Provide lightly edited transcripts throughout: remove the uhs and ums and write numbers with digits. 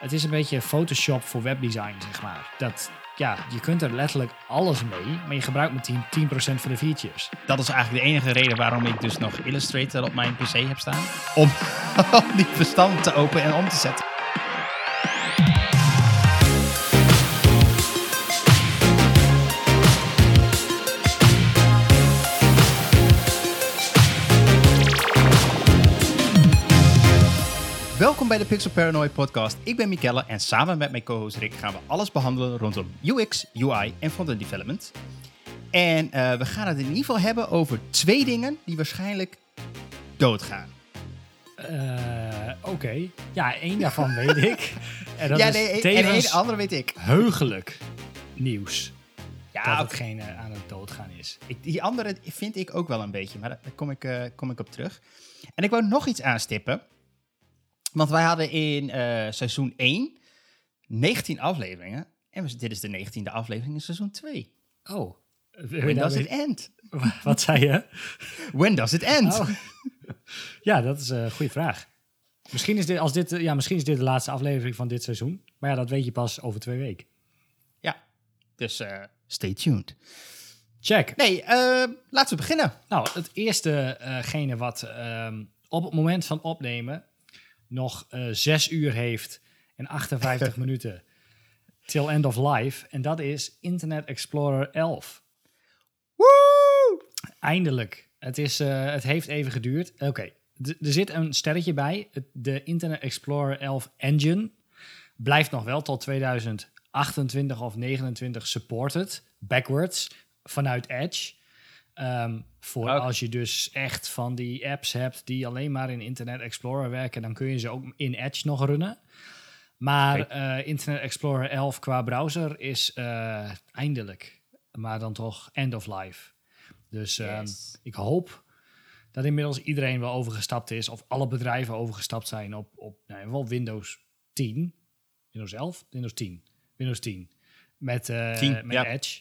Het is een beetje Photoshop voor webdesign, zeg maar. Je kunt er letterlijk alles mee, maar je gebruikt maar 10% van de features. Dat is eigenlijk de enige reden waarom ik dus nog Illustrator op mijn PC heb staan. Om die bestanden te openen en om te zetten. Welkom bij de Pixel Paranoid podcast. Ik ben Mikelle en samen met mijn co-host Rick gaan we alles behandelen rondom UX, UI en frontend development. En we gaan het in ieder geval hebben over 2 dingen die waarschijnlijk doodgaan. Oké. Ja, 1 daarvan weet ik. En dat is en de andere weet ik. Heugelijk nieuws. Ja, dat hetgene aan het doodgaan is. Die andere vind ik ook wel een beetje, maar daar kom ik op terug. En ik wou nog iets aanstippen. Want wij hadden in seizoen 1 19 afleveringen. En dit is de 19e aflevering in seizoen 2. Oh. When does it end? Wat zei je? When does it end? Oh. Ja, dat is een goede vraag. Misschien is dit de laatste aflevering van dit seizoen. Maar ja, dat weet je pas over 2 weken. Ja, dus stay tuned. Check. Nee, laten we beginnen. Nou, het eerste wat op het moment van opnemen nog 6 uur heeft en 58 minuten till end of life. En dat is Internet Explorer 11. Woe! Eindelijk. Het heeft even geduurd. Oké, er zit een sterretje bij. De Internet Explorer 11 engine blijft nog wel tot 2028 of 29 supported, backwards, vanuit Edge. Als je dus echt van die apps hebt die alleen maar in Internet Explorer werken, dan kun je ze ook in Edge nog runnen. Maar Internet Explorer 11 qua browser is eindelijk, maar dan toch end of life. Dus ik hoop dat inmiddels iedereen wel overgestapt is, of alle bedrijven overgestapt zijn op wel Windows 10. Windows 11? Windows 10. Windows 10. Met Edge.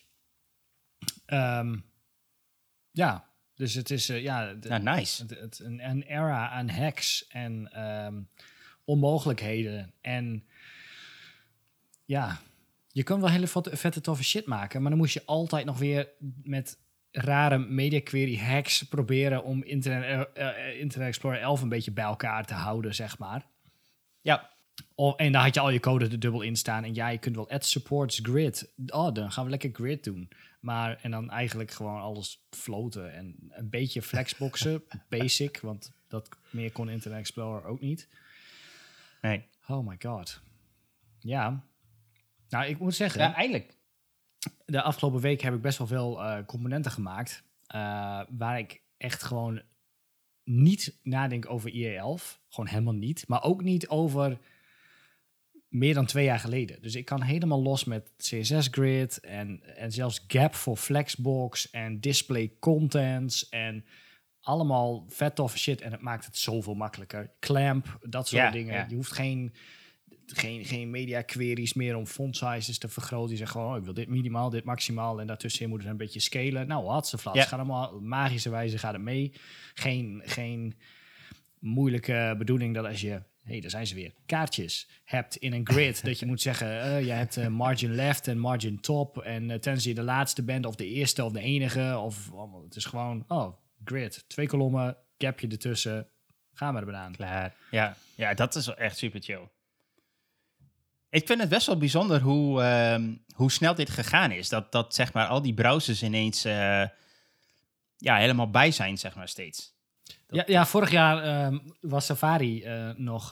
Ja, dus het is nice. Een era aan hacks en onmogelijkheden. En ja, je kan wel hele vette toffe shit maken, maar dan moest je altijd nog weer met rare media query hacks proberen om Internet Explorer 11 een beetje bij elkaar te houden, zeg maar. Ja. En daar had je al je code er dubbel in staan. En ja, je kunt wel add supports grid. Oh, dan gaan we lekker grid doen. En dan eigenlijk gewoon alles floten. En een beetje flexboxen, basic. Want dat meer kon Internet Explorer ook niet. Nee. Oh my god. Ja. Nou, ik moet zeggen. Ja, eindelijk. De afgelopen week heb ik best wel veel componenten gemaakt. Waar ik echt gewoon niet nadenk over IE11. Gewoon helemaal niet. Maar ook niet over meer dan 2 jaar geleden. Dus ik kan helemaal los met CSS Grid en zelfs Gap voor Flexbox en display contents en allemaal vet toffe shit. En het maakt het zoveel makkelijker. Clamp, dat soort dingen. Yeah. Je hoeft geen media queries meer om font sizes te vergroten. Je zegt gewoon, ik wil dit minimaal, dit maximaal en daartussenin moet het een beetje scalen. Nou, hatseflats. Het gaat allemaal magische wijze gaat het mee. Geen moeilijke bedoeling dat als je daar zijn ze weer, kaartjes hebt in een grid, dat je moet zeggen, je hebt margin left en margin top, en tenzij je de laatste bent, of de eerste, of de enige, of het is gewoon, grid, 2 kolommen, gapje ertussen, gaan we er aan. Klaar. Ja, dat is wel echt super chill. Ik vind het best wel bijzonder hoe snel dit gegaan is. Dat zeg maar al die browsers ineens helemaal bij zijn, zeg maar, steeds. Ja, vorig jaar was Safari nog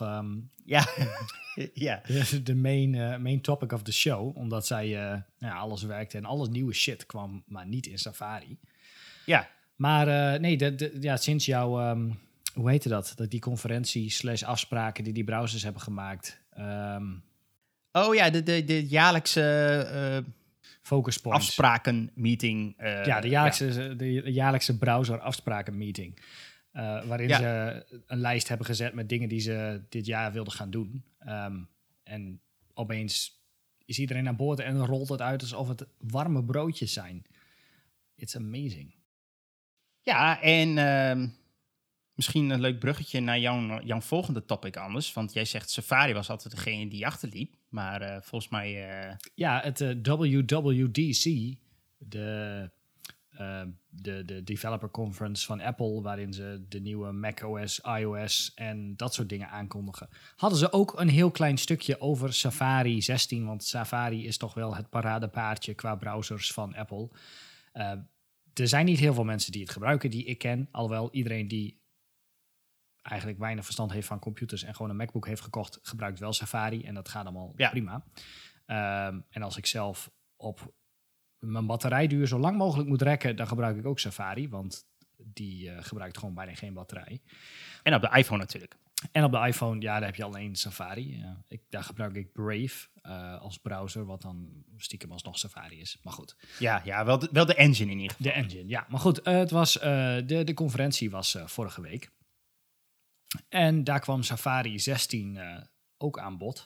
de main topic of the show. Omdat zij alles werkte en alles nieuwe shit kwam maar niet in Safari. Ja. Maar sinds jouw, hoe heette dat? Die conferentie / afspraken die browsers hebben gemaakt. De jaarlijkse focus points. Afspraken meeting. De jaarlijkse browser afspraken meeting. Waarin ze een lijst hebben gezet met dingen die ze dit jaar wilden gaan doen. En opeens is iedereen aan boord en rolt het uit alsof het warme broodjes zijn. It's amazing. Ja, en misschien een leuk bruggetje naar jouw volgende topic anders. Want jij zegt Safari was altijd degene die achterliep. Maar volgens mij... Ja, het WWDC, de developer conference van Apple, waarin ze de nieuwe macOS, iOS en dat soort dingen aankondigen, hadden ze ook een heel klein stukje over Safari 16, want Safari is toch wel het paradepaardje qua browsers van Apple. Er zijn niet heel veel mensen die het gebruiken, die ik ken, alhoewel iedereen die eigenlijk weinig verstand heeft van computers en gewoon een MacBook heeft gekocht, gebruikt wel Safari en dat gaat allemaal prima. En als ik zelf op mijn batterijduur zo lang mogelijk moet rekken, dan gebruik ik ook Safari, want die gebruikt gewoon bijna geen batterij. En op de iPhone natuurlijk. En op de iPhone, ja, daar heb je alleen Safari. Daar gebruik ik Brave als browser, wat dan stiekem alsnog Safari is. Maar goed. Ja, wel de engine in ieder geval. De engine, ja. Maar goed, het was, de conferentie was vorige week. En daar kwam Safari 16 ook aan bod.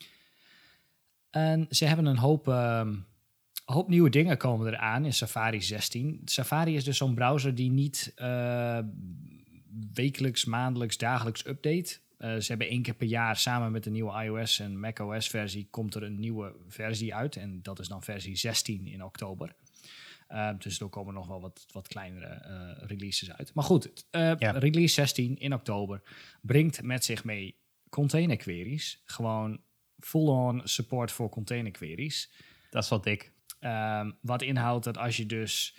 En ze hebben een hoop nieuwe dingen komen eraan in Safari 16. Safari is dus zo'n browser die niet wekelijks, maandelijks, dagelijks update. Ze hebben 1 keer per jaar samen met de nieuwe iOS en macOS versie komt er een nieuwe versie uit. En dat is dan versie 16 in oktober. Dus er komen nog wel wat kleinere releases uit. Maar goed, release 16 in oktober brengt met zich mee container queries. Gewoon full-on support voor container queries. Dat is wel dik. Wat inhoudt dat als je dus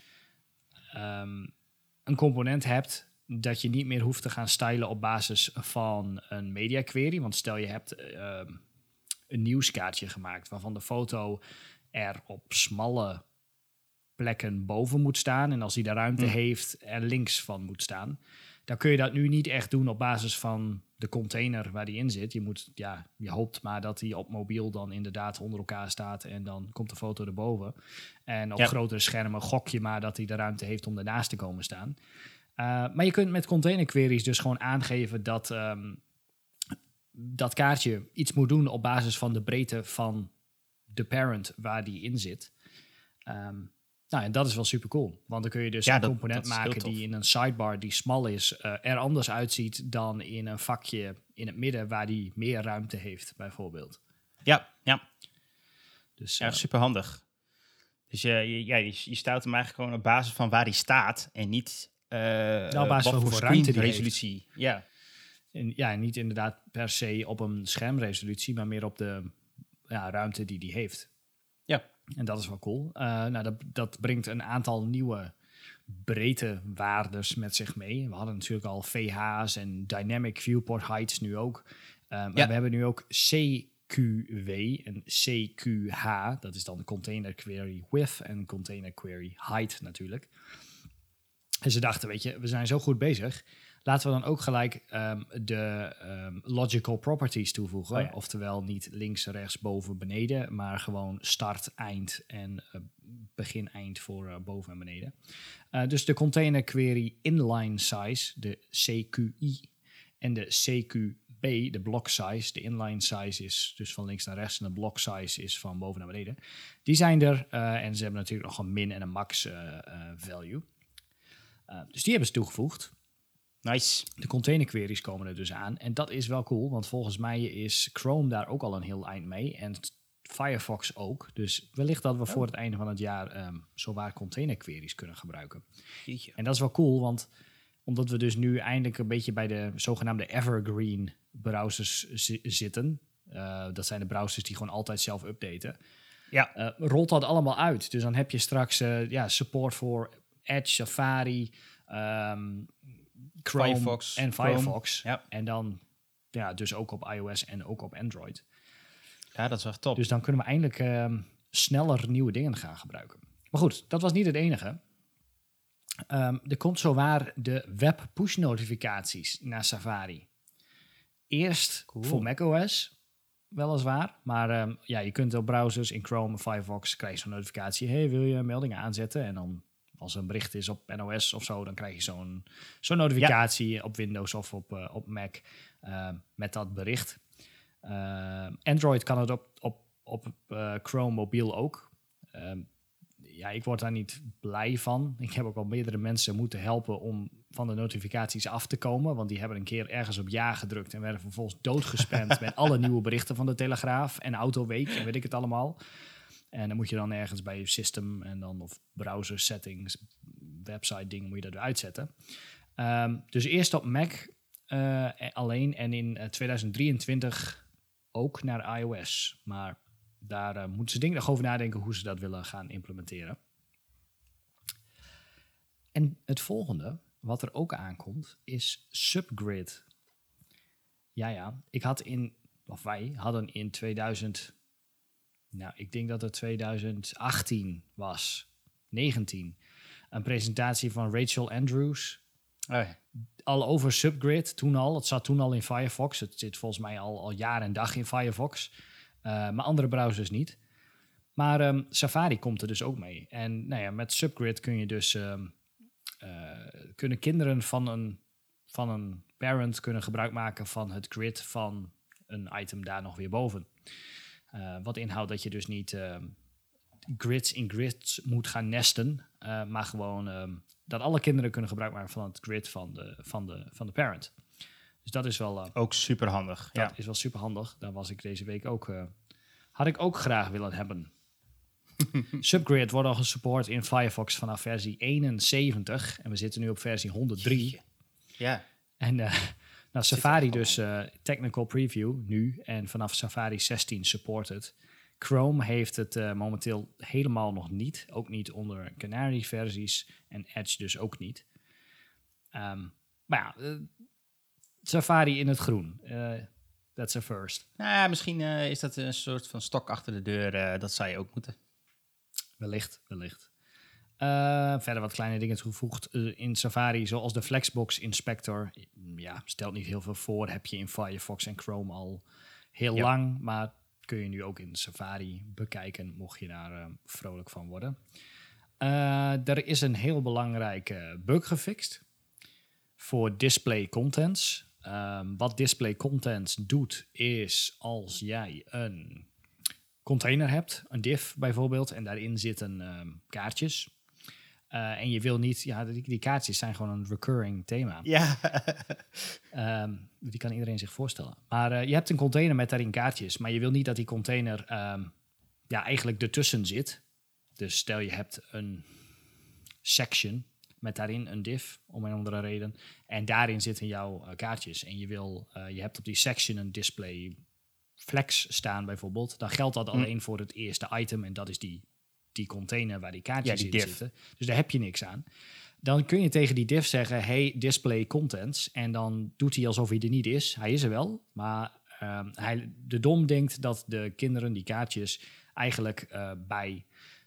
een component hebt, dat je niet meer hoeft te gaan stylen op basis van een media query. Want stel je hebt een nieuwskaartje gemaakt waarvan de foto er op smalle plekken boven moet staan. En als die de ruimte heeft, er links van moet staan. Dan kun je dat nu niet echt doen op basis van de container waar die in zit. Je hoopt maar dat die op mobiel dan inderdaad onder elkaar staat en dan komt de foto erboven. En op grotere schermen gok je maar dat hij de ruimte heeft om ernaast te komen staan. Maar je kunt met container queries dus gewoon aangeven dat dat kaartje iets moet doen op basis van de breedte van de parent waar die in zit. En dat is wel super cool. Want dan kun je dus een component maken die in een sidebar die smal is, er anders uitziet dan in een vakje in het midden waar die meer ruimte heeft, bijvoorbeeld. Ja. Dus, super handig. Dus je stelt hem eigenlijk gewoon op basis van waar hij staat en niet op basis van hoeveel ruimte die resolutie. Ja. En niet inderdaad per se op een schermresolutie, maar meer op de ruimte die die heeft. Ja. En dat is wel cool. Dat brengt een aantal nieuwe breedtewaardes met zich mee. We hadden natuurlijk al VH's en Dynamic Viewport Heights nu ook. Maar we hebben nu ook CQW en CQH. Dat is dan de Container Query Width en Container Query Height natuurlijk. En ze dachten, we zijn zo goed bezig. Laten we dan ook gelijk de logical properties toevoegen. Oh ja. Oftewel niet links, rechts, boven, beneden. Maar gewoon start, eind en begin, eind voor boven en beneden. Dus de container query inline size, de CQI. En de CQB, de block size. De inline size is dus van links naar rechts. En de block size is van boven naar beneden. Die zijn er. En ze hebben natuurlijk nog een min en een max value. Dus die hebben ze toegevoegd. Nice. De container queries komen er dus aan. En dat is wel cool, want volgens mij is Chrome daar ook al een heel eind mee. En Firefox ook. Dus wellicht dat we voor het einde van het jaar zowaar container queries kunnen gebruiken. Jeetje. En dat is wel cool, want omdat we dus nu eindelijk een beetje bij de zogenaamde evergreen browsers zitten. Dat zijn de browsers die gewoon altijd zelf updaten. Ja. Rolt dat allemaal uit. Dus dan heb je straks support voor Edge, Safari, Chrome Firefox, en Firefox. Ja. En dan dus ook op iOS en ook op Android. Ja, dat is echt top. Dus dan kunnen we eindelijk sneller nieuwe dingen gaan gebruiken. Maar goed, dat was niet het enige. Er komt zowaar de web push notificaties naar Safari. Eerst voor macOS, weliswaar. Maar je kunt op browsers in Chrome en Firefox krijg je zo'n notificatie. Hey, wil je meldingen aanzetten? En dan als er een bericht is op NOS of zo, dan krijg je zo'n notificatie op Windows of op Mac met dat bericht. Android kan het op Chrome mobiel ook. Ik word daar niet blij van. Ik heb ook al meerdere mensen moeten helpen om van de notificaties af te komen. Want die hebben een keer ergens op ja gedrukt en werden vervolgens doodgespamd met alle nieuwe berichten van de Telegraaf en Autoweek en weet ik het allemaal. En dan moet je dan ergens bij je system en dan of browser settings, website dingen moet je dat eruit zetten. Dus eerst op Mac alleen en in 2023 ook naar iOS. Maar daar moeten ze nog over nadenken hoe ze dat willen gaan implementeren. En het volgende, wat er ook aankomt, is Subgrid. Ja, wij hadden in 2000... Nou, ik denk dat het 2018 was, 19. Een presentatie van Rachel Andrews. Oh ja. Al over Subgrid, toen al. Het zat toen al in Firefox. Het zit volgens mij al jaar en dag in Firefox. Maar andere browsers niet. Maar Safari komt er dus ook mee. En nou ja, met Subgrid kun je dus... kunnen kinderen van een parent kunnen gebruik maken van het grid van een item daar nog weer boven. Wat inhoudt dat je dus niet grids in grids moet gaan nesten, maar gewoon dat alle kinderen kunnen gebruik maken van het grid van de parent. Dus dat is wel... ook super handig. Dat is wel super handig. Daar was ik deze week ook... had ik ook graag willen hebben. Subgrid wordt al gesupport in Firefox vanaf versie 71. En we zitten nu op versie 103. Ja. En Safari dus technical preview nu. En vanaf Safari 16 supported. Chrome heeft het momenteel helemaal nog niet. Ook niet onder Canary versies. En Edge dus ook niet. Maar ja, Safari in het groen. That's a first. Nou ja, misschien is dat een soort van stok achter de deur. Dat zou je ook moeten. Wellicht. Verder wat kleine dingen toegevoegd in Safari, zoals de Flexbox Inspector. Ja, stelt niet heel veel voor. Heb je in Firefox en Chrome al heel lang, maar kun je nu ook in Safari bekijken, mocht je daar vrolijk van worden. Er is een heel belangrijke bug gefixt voor display contents. Wat display contents doet, is als jij een container hebt, een div bijvoorbeeld, en daarin zitten kaartjes. En je wil niet... Ja, die kaartjes zijn gewoon een recurring thema. Ja. Die kan iedereen zich voorstellen. Maar je hebt een container met daarin kaartjes, maar je wil niet dat die container eigenlijk ertussen zit. Dus stel je hebt een section met daarin een div, om een andere reden. En daarin zitten jouw kaartjes. En je hebt op die section een display flex staan bijvoorbeeld. Dan geldt dat alleen voor het eerste item. En dat is die container waar die kaartjes in zitten. Dus daar heb je niks aan. Dan kun je tegen die div zeggen, hey, display contents. En dan doet hij alsof hij er niet is. Hij is er wel, maar de dom denkt dat de kinderen die kaartjes eigenlijk bij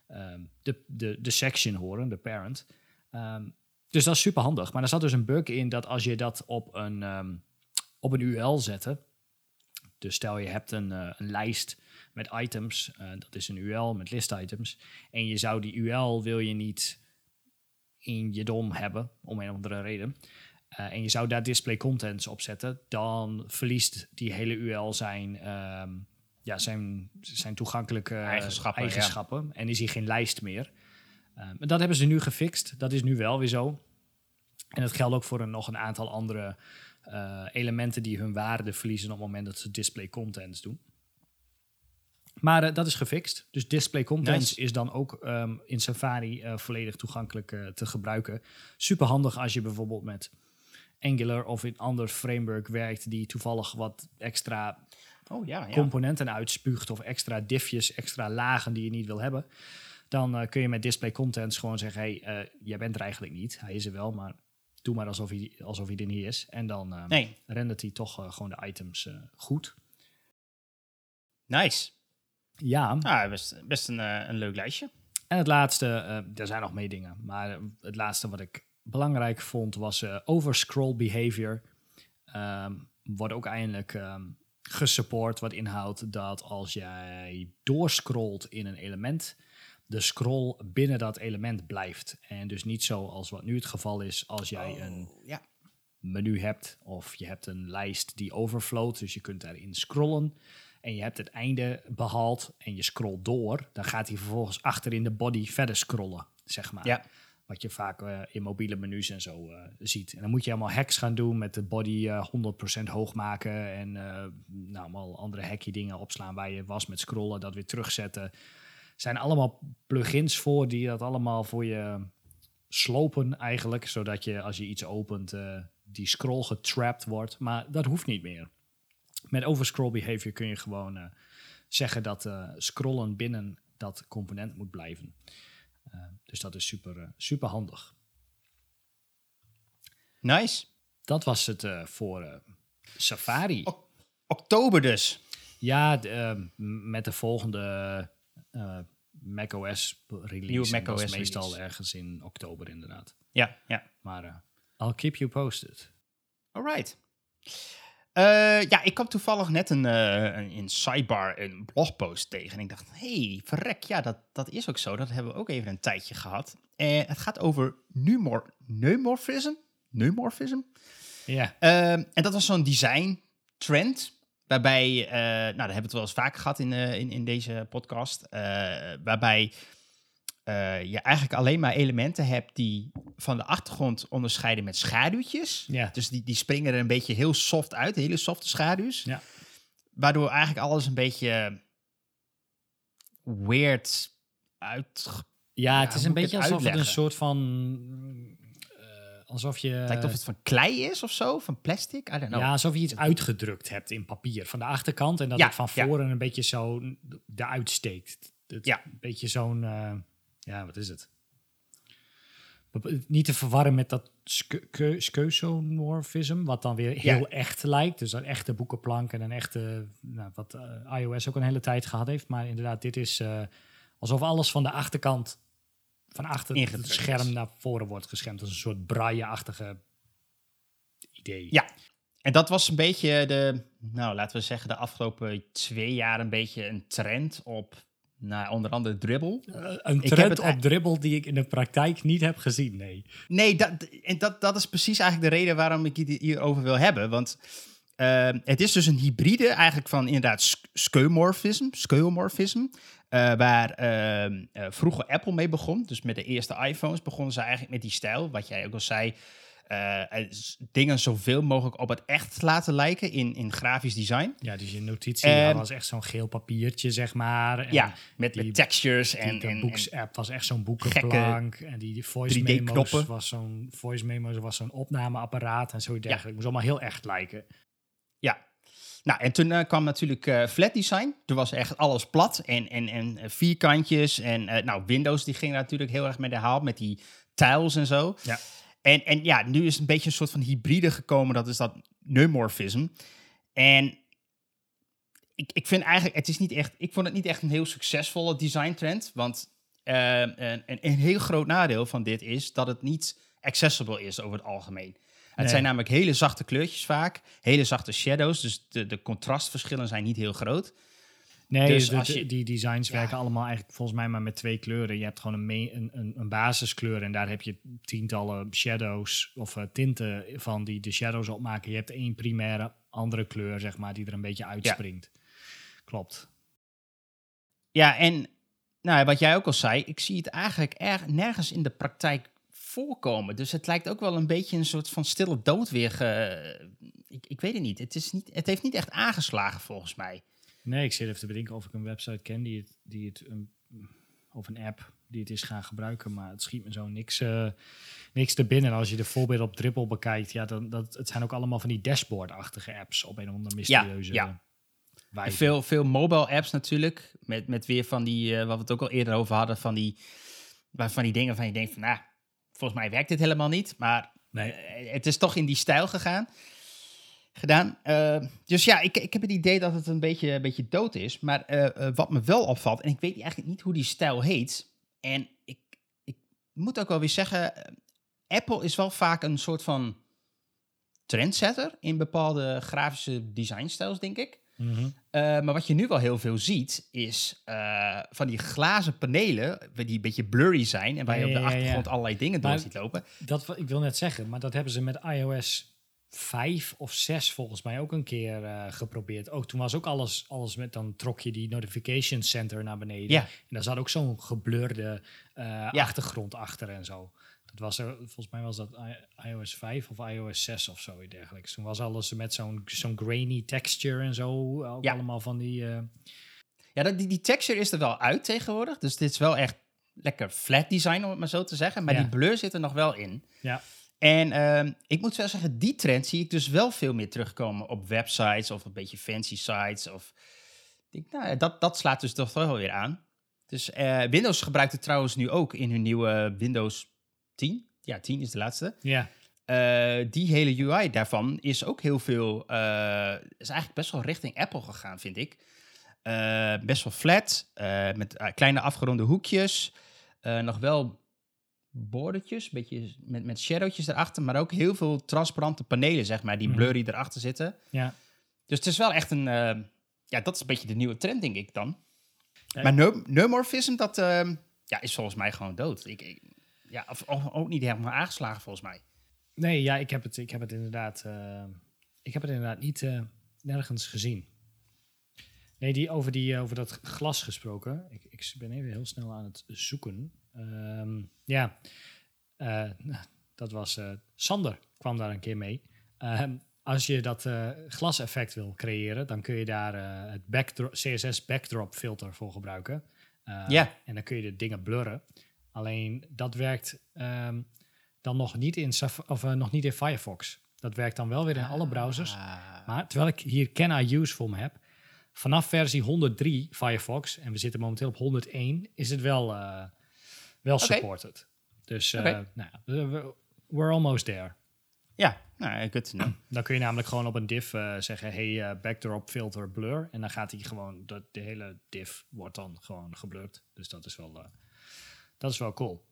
de section horen, de parent. Dus dat is super handig. Maar er zat dus een bug in dat als je dat op een UL zette, dus stel je hebt een lijst met items, dat is een UL met list-items, en je zou die UL wil je niet in je DOM hebben, om een of andere reden, en je zou daar display contents op zetten, dan verliest die hele UL zijn toegankelijke eigenschappen en is hier geen lijst meer. Dat hebben ze nu gefixt, dat is nu wel weer zo. En dat geldt ook voor nog een aantal andere elementen die hun waarde verliezen op het moment dat ze display contents doen. Maar dat is gefixt. Dus display contents is dan ook in Safari volledig toegankelijk te gebruiken. Super handig als je bijvoorbeeld met Angular of in een ander framework werkt die toevallig wat extra componenten uitspuugt of extra diffjes, extra lagen die je niet wil hebben. Dan kun je met display contents gewoon zeggen, hey, jij bent er eigenlijk niet. Hij is er wel, maar doe maar alsof hij er niet is. En dan rendert hij toch gewoon de items goed. Nice. Ja. Best een leuk lijstje. En het laatste, er zijn nog meer dingen, maar het laatste wat ik belangrijk vond was overscroll behavior. Wordt ook eindelijk gesupport, wat inhoudt dat als jij doorscrollt in een element, de scroll binnen dat element blijft. En dus niet zoals wat nu het geval is als jij een menu hebt of je hebt een lijst die overflowt, dus je kunt daarin scrollen en je hebt het einde behaald en je scrolt door, dan gaat hij vervolgens achter in de body verder scrollen, zeg maar. Ja. Wat je vaak in mobiele menus en zo ziet. En dan moet je allemaal hacks gaan doen met de body 100% hoog maken. En allemaal andere hacky dingen opslaan waar je was met scrollen, dat weer terugzetten. Zijn allemaal plugins voor die dat allemaal voor je slopen eigenlijk. Zodat je als je iets opent, die scroll getrapt wordt. Maar dat hoeft niet meer. Met overscroll behavior kun je gewoon zeggen dat scrollen binnen dat component moet blijven. Dus dat is super handig. Nice. Dat was het voor Safari. Oktober dus. Ja, met de volgende macOS release. Nieuwe macOS dat is meestal release. ergens in oktober inderdaad. Ja. Maar I'll keep you posted. Alright. Ik kwam toevallig net in Sidebar een blogpost tegen. En ik dacht, verrek, ja, dat is ook zo. Dat hebben we ook even een tijdje gehad. En het gaat over neumorphism. Ja. En dat was zo'n design trend. Waarbij, daar hebben we het wel eens vaker gehad in deze podcast. Waarbij je eigenlijk alleen maar elementen hebt die van de achtergrond onderscheiden met schaduwtjes. Ja. Dus die springen er een beetje heel soft uit, hele softe schaduws. Ja. Waardoor eigenlijk alles een beetje weird uit. Ja, het is een beetje alsof het een uitleggen? soort van... alsof je... Het lijkt of het van klei is of zo, van plastic. I don't know. Ja, alsof je iets uitgedrukt hebt in papier van de achterkant. En dat Ja, het van ja. voren een beetje zo eruit steekt. Ja. Een beetje zo'n... wat is het? Niet te verwarren met dat skeuomorphism, wat dan weer heel echt lijkt. Dus een echte boekenplank en een echte... wat iOS ook een hele tijd gehad heeft. Maar inderdaad, dit is alsof alles van de achterkant... van achter het Ingedrukt scherm is. naar voren wordt geschermd. Dat is een soort braille-achtige idee. Ja. En dat was een beetje laten we zeggen, de afgelopen 2 jaar een beetje een trend op, onder andere Dribbble. Een trend op Dribbble die ik in de praktijk niet heb gezien, nee. Nee, dat is precies eigenlijk de reden waarom ik het hierover wil hebben. Want het is dus een hybride eigenlijk van inderdaad skeuomorphism. Waar vroeger Apple mee begon. Dus met de eerste iPhones begonnen ze eigenlijk met die stijl. Wat jij ook al zei. Dingen zoveel mogelijk op het echt laten lijken in grafisch design. Ja, dus je notitie was echt zo'n geel papiertje, zeg maar. En met textures. De Books-app was echt zo'n boekenplank. En die voice memos was zo'n opnameapparaat en zo dergelijke. Het moest allemaal heel echt lijken. Ja. Nou, en toen kwam natuurlijk flat design. Toen was echt alles plat en vierkantjes. En Windows die ging natuurlijk heel erg mee de haal met die tiles en zo. Ja. En nu is het een beetje een soort van hybride gekomen. Dat is dat neumorphism. En ik vind eigenlijk, ik vond het niet echt een heel succesvolle design trend. Want een heel groot nadeel van dit is dat het niet accessible is over het algemeen. Het zijn namelijk hele zachte kleurtjes vaak. Hele zachte shadows. Dus de contrastverschillen zijn niet heel groot. Nee, dus die designs werken allemaal eigenlijk volgens mij maar met 2 kleuren. Je hebt gewoon een basiskleur en daar heb je tientallen shadows of tinten van die de shadows opmaken. Je hebt 1 primaire andere kleur, zeg maar, die er een beetje uitspringt. Ja. Klopt. Ja, en wat jij ook al zei, ik zie het eigenlijk nergens in de praktijk voorkomen. Dus het lijkt ook wel een beetje een soort van stille dood weer. Ik weet het niet. Het heeft niet echt aangeslagen volgens mij. Nee, ik zit even te bedenken of ik een website ken of een app die het is gaan gebruiken, maar het schiet me zo niks te binnen. Als je de voorbeelden op Dribbble bekijkt, het zijn ook allemaal van die dashboard-achtige apps op een of andere mysterieuze wijze. Veel mobile apps natuurlijk, met weer van die, wat we het ook al eerder over hadden, van die dingen van je denkt van, volgens mij werkt dit helemaal niet, maar het is toch in die stijl gedaan. Dus ja, ik heb het idee dat het een beetje dood is. Maar wat me wel opvalt, en ik weet eigenlijk niet hoe die stijl heet. En ik moet ook wel weer zeggen, Apple is wel vaak een soort van trendsetter in bepaalde grafische designstijls, denk ik. Mm-hmm. Maar wat je nu wel heel veel ziet, is van die glazen panelen, die een beetje blurry zijn en waar je op de achtergrond allerlei dingen door ziet lopen. Ik wil net zeggen, maar dat hebben ze met iOS 5 of 6 volgens mij ook een keer geprobeerd. Ook toen was ook alles met, dan trok je die notification center naar beneden. Ja. En daar zat ook zo'n geblurde achtergrond achter en zo. Dat was volgens mij was dat iOS 5 of iOS 6 of zo dergelijks. Toen was alles met zo'n grainy texture en zo. Ook allemaal van die... Ja, die texture is er wel uit tegenwoordig. Dus dit is wel echt lekker flat design, om het maar zo te zeggen. Maar die blur zit er nog wel in. Ja. En ik moet wel zeggen, die trend zie ik dus wel veel meer terugkomen op websites of een beetje fancy sites. Of, dat slaat dus toch wel weer aan. Dus Windows gebruikt het trouwens nu ook in hun nieuwe Windows 10. Ja, 10 is de laatste. Ja. Die hele UI daarvan is ook heel veel... is eigenlijk best wel richting Apple gegaan, vind ik. Best wel flat, met kleine afgeronde hoekjes. Nog wel bordertjes, een beetje met shadowtjes erachter, maar ook heel veel transparante panelen, zeg maar, die blurry erachter zitten. Ja. Dus het is wel echt een... dat is een beetje de nieuwe trend, denk ik dan. Ja. Maar neumorphism, dat is volgens mij gewoon dood. Of ook niet helemaal aangeslagen, volgens mij. Nee, ja, ik heb het inderdaad niet nergens gezien. Nee, over dat glas gesproken. Ik ben even heel snel aan het zoeken. Dat was Sander kwam daar een keer mee. Als je dat glaseffect wil creëren, dan kun je daar het CSS backdrop filter voor gebruiken. En dan kun je de dingen blurren. Alleen dat werkt dan nog niet in Firefox. Dat werkt dan wel weer in alle browsers. Maar terwijl ik hier Can I Use voor me heb, vanaf versie 103 Firefox, en we zitten momenteel op 101, is het wel supported. Dus we're almost there. Ja, good to know. Dan kun je namelijk gewoon op een div zeggen, hey, backdrop filter blur. En dan gaat hij gewoon, de hele div wordt dan gewoon geblurred. Dus dat is wel cool.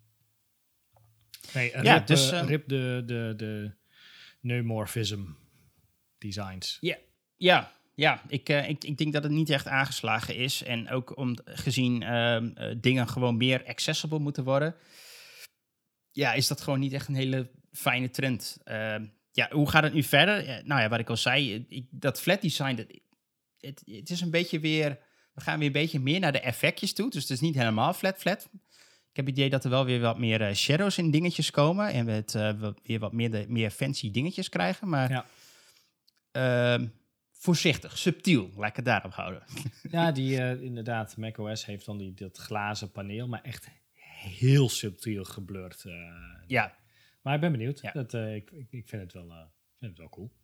Nee, rip de neumorphism designs. Ja, ik denk dat het niet echt aangeslagen is. En ook gezien dingen gewoon meer accessible moeten worden, is dat gewoon niet echt een hele fijne trend. Hoe gaat het nu verder? Wat ik al zei, dat flat design, het is een beetje weer... We gaan weer een beetje meer naar de effectjes toe. Dus het is niet helemaal flat. Ik heb het idee dat er wel weer wat meer shadows in dingetjes komen. En we weer wat meer fancy dingetjes krijgen. Maar voorzichtig, subtiel. Laat ik het daarop houden. Ja, inderdaad, macOS heeft dan dat glazen paneel. Maar echt heel subtiel geblurred. Ja. Maar ik ben benieuwd. Ja. Ik vind het wel cool.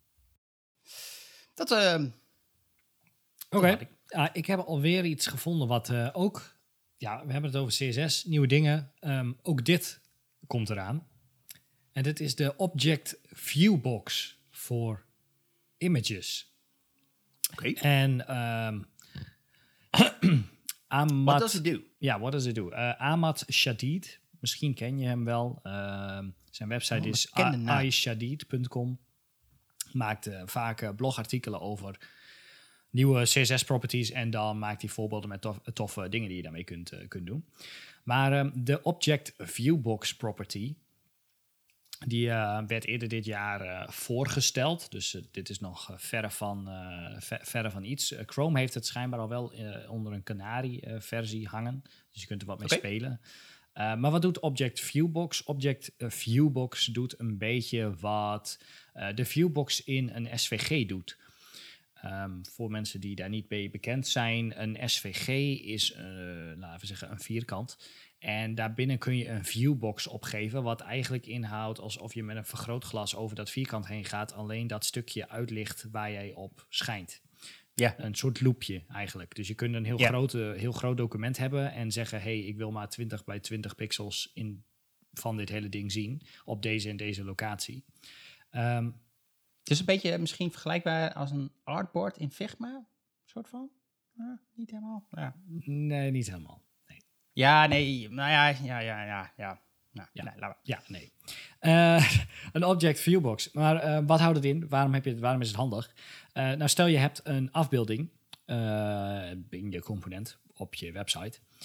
Oké. Ik heb alweer iets gevonden wat ook... Ja, we hebben het over CSS, nieuwe dingen. Ook dit komt eraan. En dit is de Object Viewbox voor images. Oké. En Ahmad... What does it do? Ja, what does it do? Ahmad Shadid, misschien ken je hem wel. Zijn website is aishadid.com. Maakt vaak blogartikelen over nieuwe CSS-properties en dan maakt hij voorbeelden met toffe dingen die je daarmee kunt doen. Maar de Object Viewbox property, die werd eerder dit jaar voorgesteld. Dus dit is nog verre van iets. Chrome heeft het schijnbaar al wel onder een Canary-versie hangen. Dus je kunt er wat mee spelen. Maar wat doet Object Viewbox? Object Viewbox doet een beetje wat de Viewbox in een SVG doet. Voor mensen die daar niet mee bekend zijn, een SVG is, laten we zeggen, een vierkant. En daarbinnen kun je een viewbox opgeven, wat eigenlijk inhoudt alsof je met een vergrootglas over dat vierkant heen gaat, alleen dat stukje uitlicht waar jij op schijnt. Ja. Een soort loopje eigenlijk. Dus je kunt een heel groot document hebben en zeggen, hey, ik wil maar 20 bij 20 pixels van dit hele ding zien op deze en deze locatie. Het is een beetje misschien vergelijkbaar als een artboard in Figma, soort van? Niet helemaal. Ja. Nee, niet helemaal. Nee. Ja, nee. Nou ja. Nee. Een Object Viewbox. Maar wat houdt het in? Waarom is het handig? Nou, stel je hebt een afbeelding in je component op je website.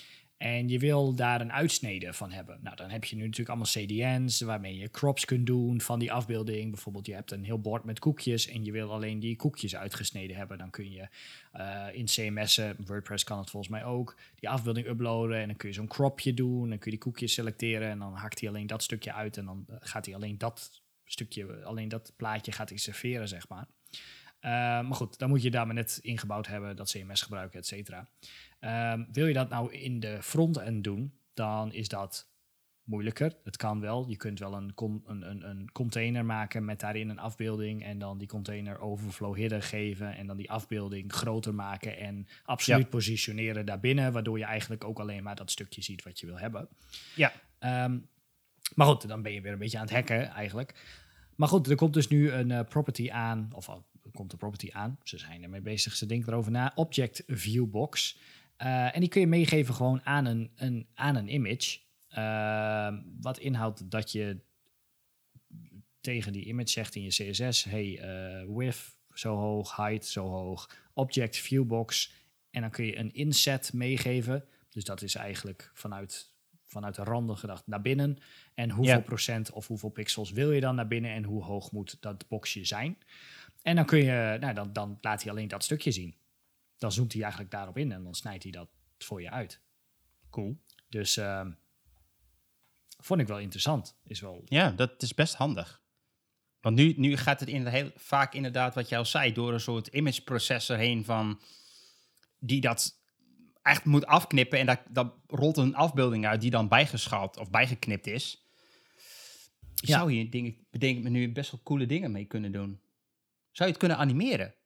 En je wil daar een uitsnede van hebben. Nou, dan heb je nu natuurlijk allemaal CDN's waarmee je crops kunt doen van die afbeelding. Bijvoorbeeld, je hebt een heel bord met koekjes en je wil alleen die koekjes uitgesneden hebben. Dan kun je in CMS'en, WordPress kan het volgens mij ook, die afbeelding uploaden. En dan kun je zo'n cropje doen. Dan kun je die koekjes selecteren en dan hakt hij alleen dat stukje uit. En dan gaat hij alleen dat stukje, alleen dat plaatje gaat hij serveren, zeg maar. Maar goed, dan moet je daar maar net ingebouwd hebben, dat CMS gebruiken, et cetera. Wil je dat nou in de front-end doen, dan is dat moeilijker. Het kan wel. Je kunt wel een container maken met daarin een afbeelding en dan die container overflow header geven en dan die afbeelding groter maken en absoluut positioneren daarbinnen, waardoor je eigenlijk ook alleen maar dat stukje ziet wat je wil hebben. Ja. Maar goed, dan ben je weer een beetje aan het hacken eigenlijk. Maar goed, er komt dus nu een property aan, of er komt een property aan. Ze zijn ermee bezig, ze denken erover na. Object Viewbox. En die kun je meegeven gewoon aan een image. Wat inhoudt dat je tegen die image zegt in je CSS... width zo hoog, height zo hoog, Object Viewbox. En dan kun je een inset meegeven. Dus dat is eigenlijk vanuit de randen gedacht naar binnen. En hoeveel procent of hoeveel pixels wil je dan naar binnen en hoe hoog moet dat boxje zijn. En dan kun je, dan laat hij alleen dat stukje zien. Dan zoomt hij eigenlijk daarop in en dan snijdt hij dat voor je uit. Cool. Dus vond ik wel interessant. Ja, dat is best handig. Want nu gaat het heel vaak inderdaad, wat jij al zei, door een soort image processor heen van die dat echt moet afknippen en dat rolt een afbeelding uit die dan bijgeschaald of bijgeknipt is. Je zou hier, bedenk me nu, best wel coole dingen mee kunnen doen. Zou je het kunnen animeren?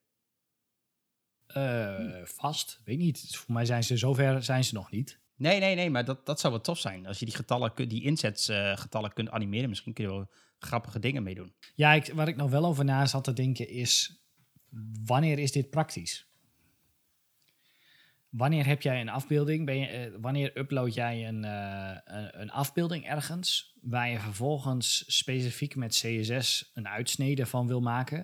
Vast, weet niet. Voor mij zijn ze zover nog niet. Nee, maar dat zou wel tof zijn. Als je die getallen, die insetsgetallen kunt animeren, misschien kun je wel grappige dingen mee doen. Ja, waar ik nog wel over na zat te denken is, wanneer is dit praktisch? Wanneer heb jij een afbeelding? Wanneer upload jij een afbeelding ergens waar je vervolgens specifiek met CSS een uitsnede van wil maken?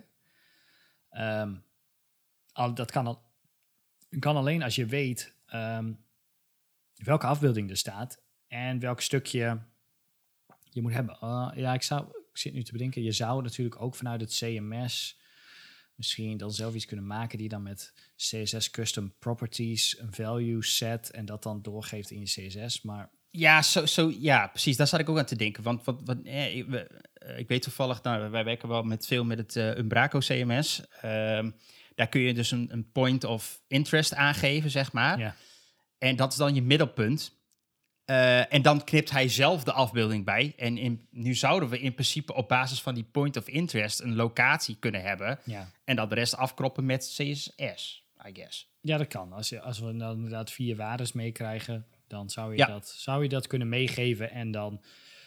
Dat kan alleen als je weet welke afbeelding er staat en welk stukje je moet hebben. Ik zit nu te bedenken, je zou natuurlijk ook vanuit het CMS misschien dan zelf iets kunnen maken die dan met CSS Custom Properties een value set en dat dan doorgeeft in je CSS, maar... Ja, ja, precies. Daar zat ik ook aan te denken. Want ik weet toevallig, wij werken wel veel met het Umbraco CMS. Daar kun je dus een point of interest aangeven, zeg maar. Ja. En dat is dan je middelpunt. En dan knipt hij zelf de afbeelding bij. En nu zouden we in principe op basis van die point of interest een locatie kunnen hebben. Ja. En dat de rest afkroppen met CSS, I guess. Ja, dat kan. Als we dan inderdaad 4 waardes meekrijgen, dan zou je dat kunnen meegeven en dan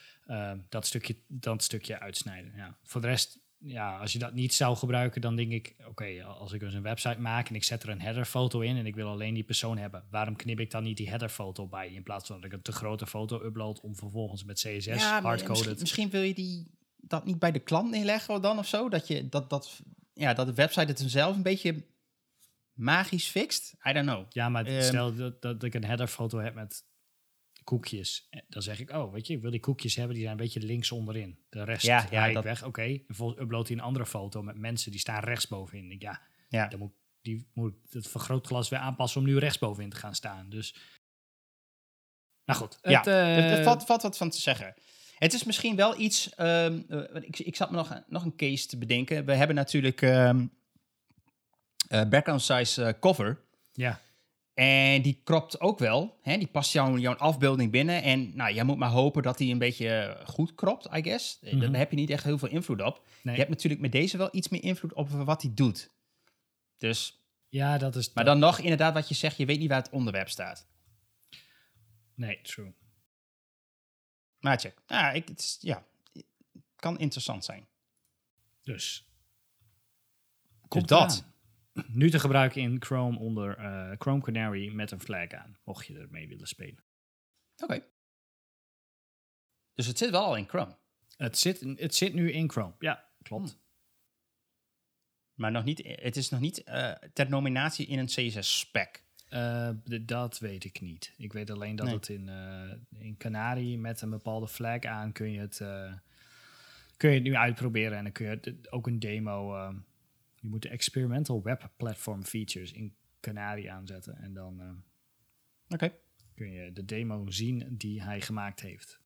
dat stukje uitsnijden. Ja. Voor de rest, als je dat niet zou gebruiken, dan denk ik, oké, als ik dus een website maak en ik zet er een headerfoto in en ik wil alleen die persoon hebben, waarom knip ik dan niet die headerfoto bij in plaats van dat ik een te grote foto upload om vervolgens met CSS hardcoded... Misschien wil je dat niet bij de klant neerleggen dan of zo, dat de website het zelf een beetje magisch fixt. I don't know. Ja, maar stel dat ik een headerfoto heb met koekjes. Dan zeg ik, ik wil die koekjes hebben, die zijn een beetje links onderin. De rest draai ik weg. Oké. En vervolgens upload hij een andere foto met mensen die staan rechtsbovenin. Dan moet het vergrootglas weer aanpassen om nu rechtsbovenin te gaan staan. Dus, nou goed. Er valt wat van te zeggen. Het is misschien wel iets... ik zat me nog een case te bedenken. We hebben natuurlijk background size cover. Ja. En die kropt ook wel. Hè? Die past jouw afbeelding binnen. En jij moet maar hopen dat die een beetje goed kropt, I guess. Mm-hmm. Daar heb je niet echt heel veel invloed op. Nee. Je hebt natuurlijk met deze wel iets meer invloed op wat hij doet. Dus... Ja, dat is... Maar dan nog inderdaad wat je zegt, je weet niet waar het onderwerp staat. Nee, true. Maar check. Het kan interessant zijn. Dus Komt dat. Nu te gebruiken in Chrome onder Chrome Canary met een flag aan, mocht je ermee willen spelen. Oké. Dus het zit wel al in Chrome? Het zit nu in Chrome, ja, klopt. Maar het is nog niet ter nominatie in een CSS-spec. Dat weet ik niet. Ik weet alleen dat Nee. het in Canary met een bepaalde flag aan kun je het nu uitproberen. En dan kun je ook een demo... je moet de experimental web platform features in Canary aanzetten. En dan Oké. kun je de demo zien die hij gemaakt heeft.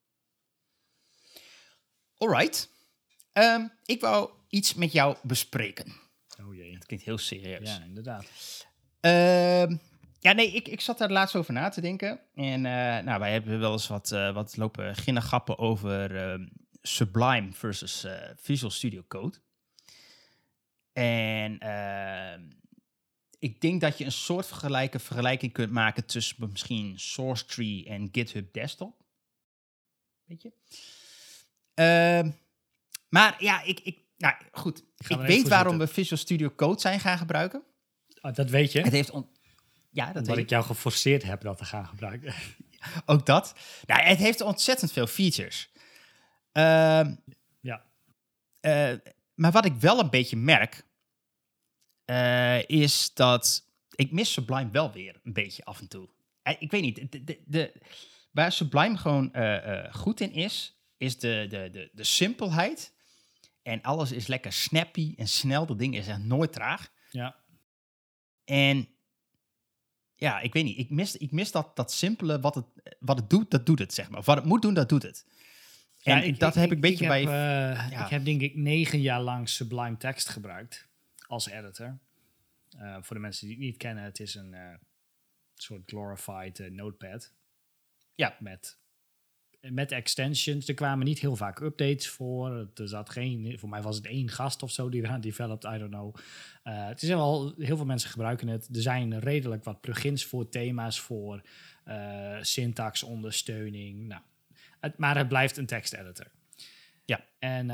Alright. Ik wou iets met jou bespreken. Oh jee. Dat klinkt heel serieus. Ja, inderdaad. Ik zat daar laatst over na te denken. En wij hebben wel eens wat lopen ginnegappen over Sublime versus Visual Studio Code. En ik denk dat je een soort vergelijking kunt maken tussen misschien SourceTree en GitHub Desktop. Weet je? Maar ja, goed. Ik weet waarom we Visual Studio Code zijn gaan gebruiken. Oh, dat weet je? Het heeft Omdat ik jou geforceerd heb dat te gaan gebruiken. Ook dat. Nou, het heeft ontzettend veel features. Ja. Maar wat ik wel een beetje merk, is dat ik mis Sublime wel weer een beetje af en toe. Ik weet niet, waar Sublime gewoon goed in is de simpelheid. En alles is lekker snappy en snel. Dat ding is echt nooit traag. Ja. En ja, ik weet niet. Ik mis dat simpele. Wat het doet, dat doet het, zeg maar. Of wat het moet doen, dat doet het. En dat heb ik een beetje bij... Ik heb denk ik 9 jaar lang Sublime Text gebruikt als editor. Voor de mensen die het niet kennen, het is een soort glorified notepad. Ja, met extensions. Er kwamen niet heel vaak updates voor. Voor mij was het 1 gast of zo die eraan developed, I don't know. Het is wel, heel veel mensen gebruiken het. Er zijn redelijk wat plugins voor, thema's voor, syntaxondersteuning. Nou, maar het blijft een teksteditor. Ja. En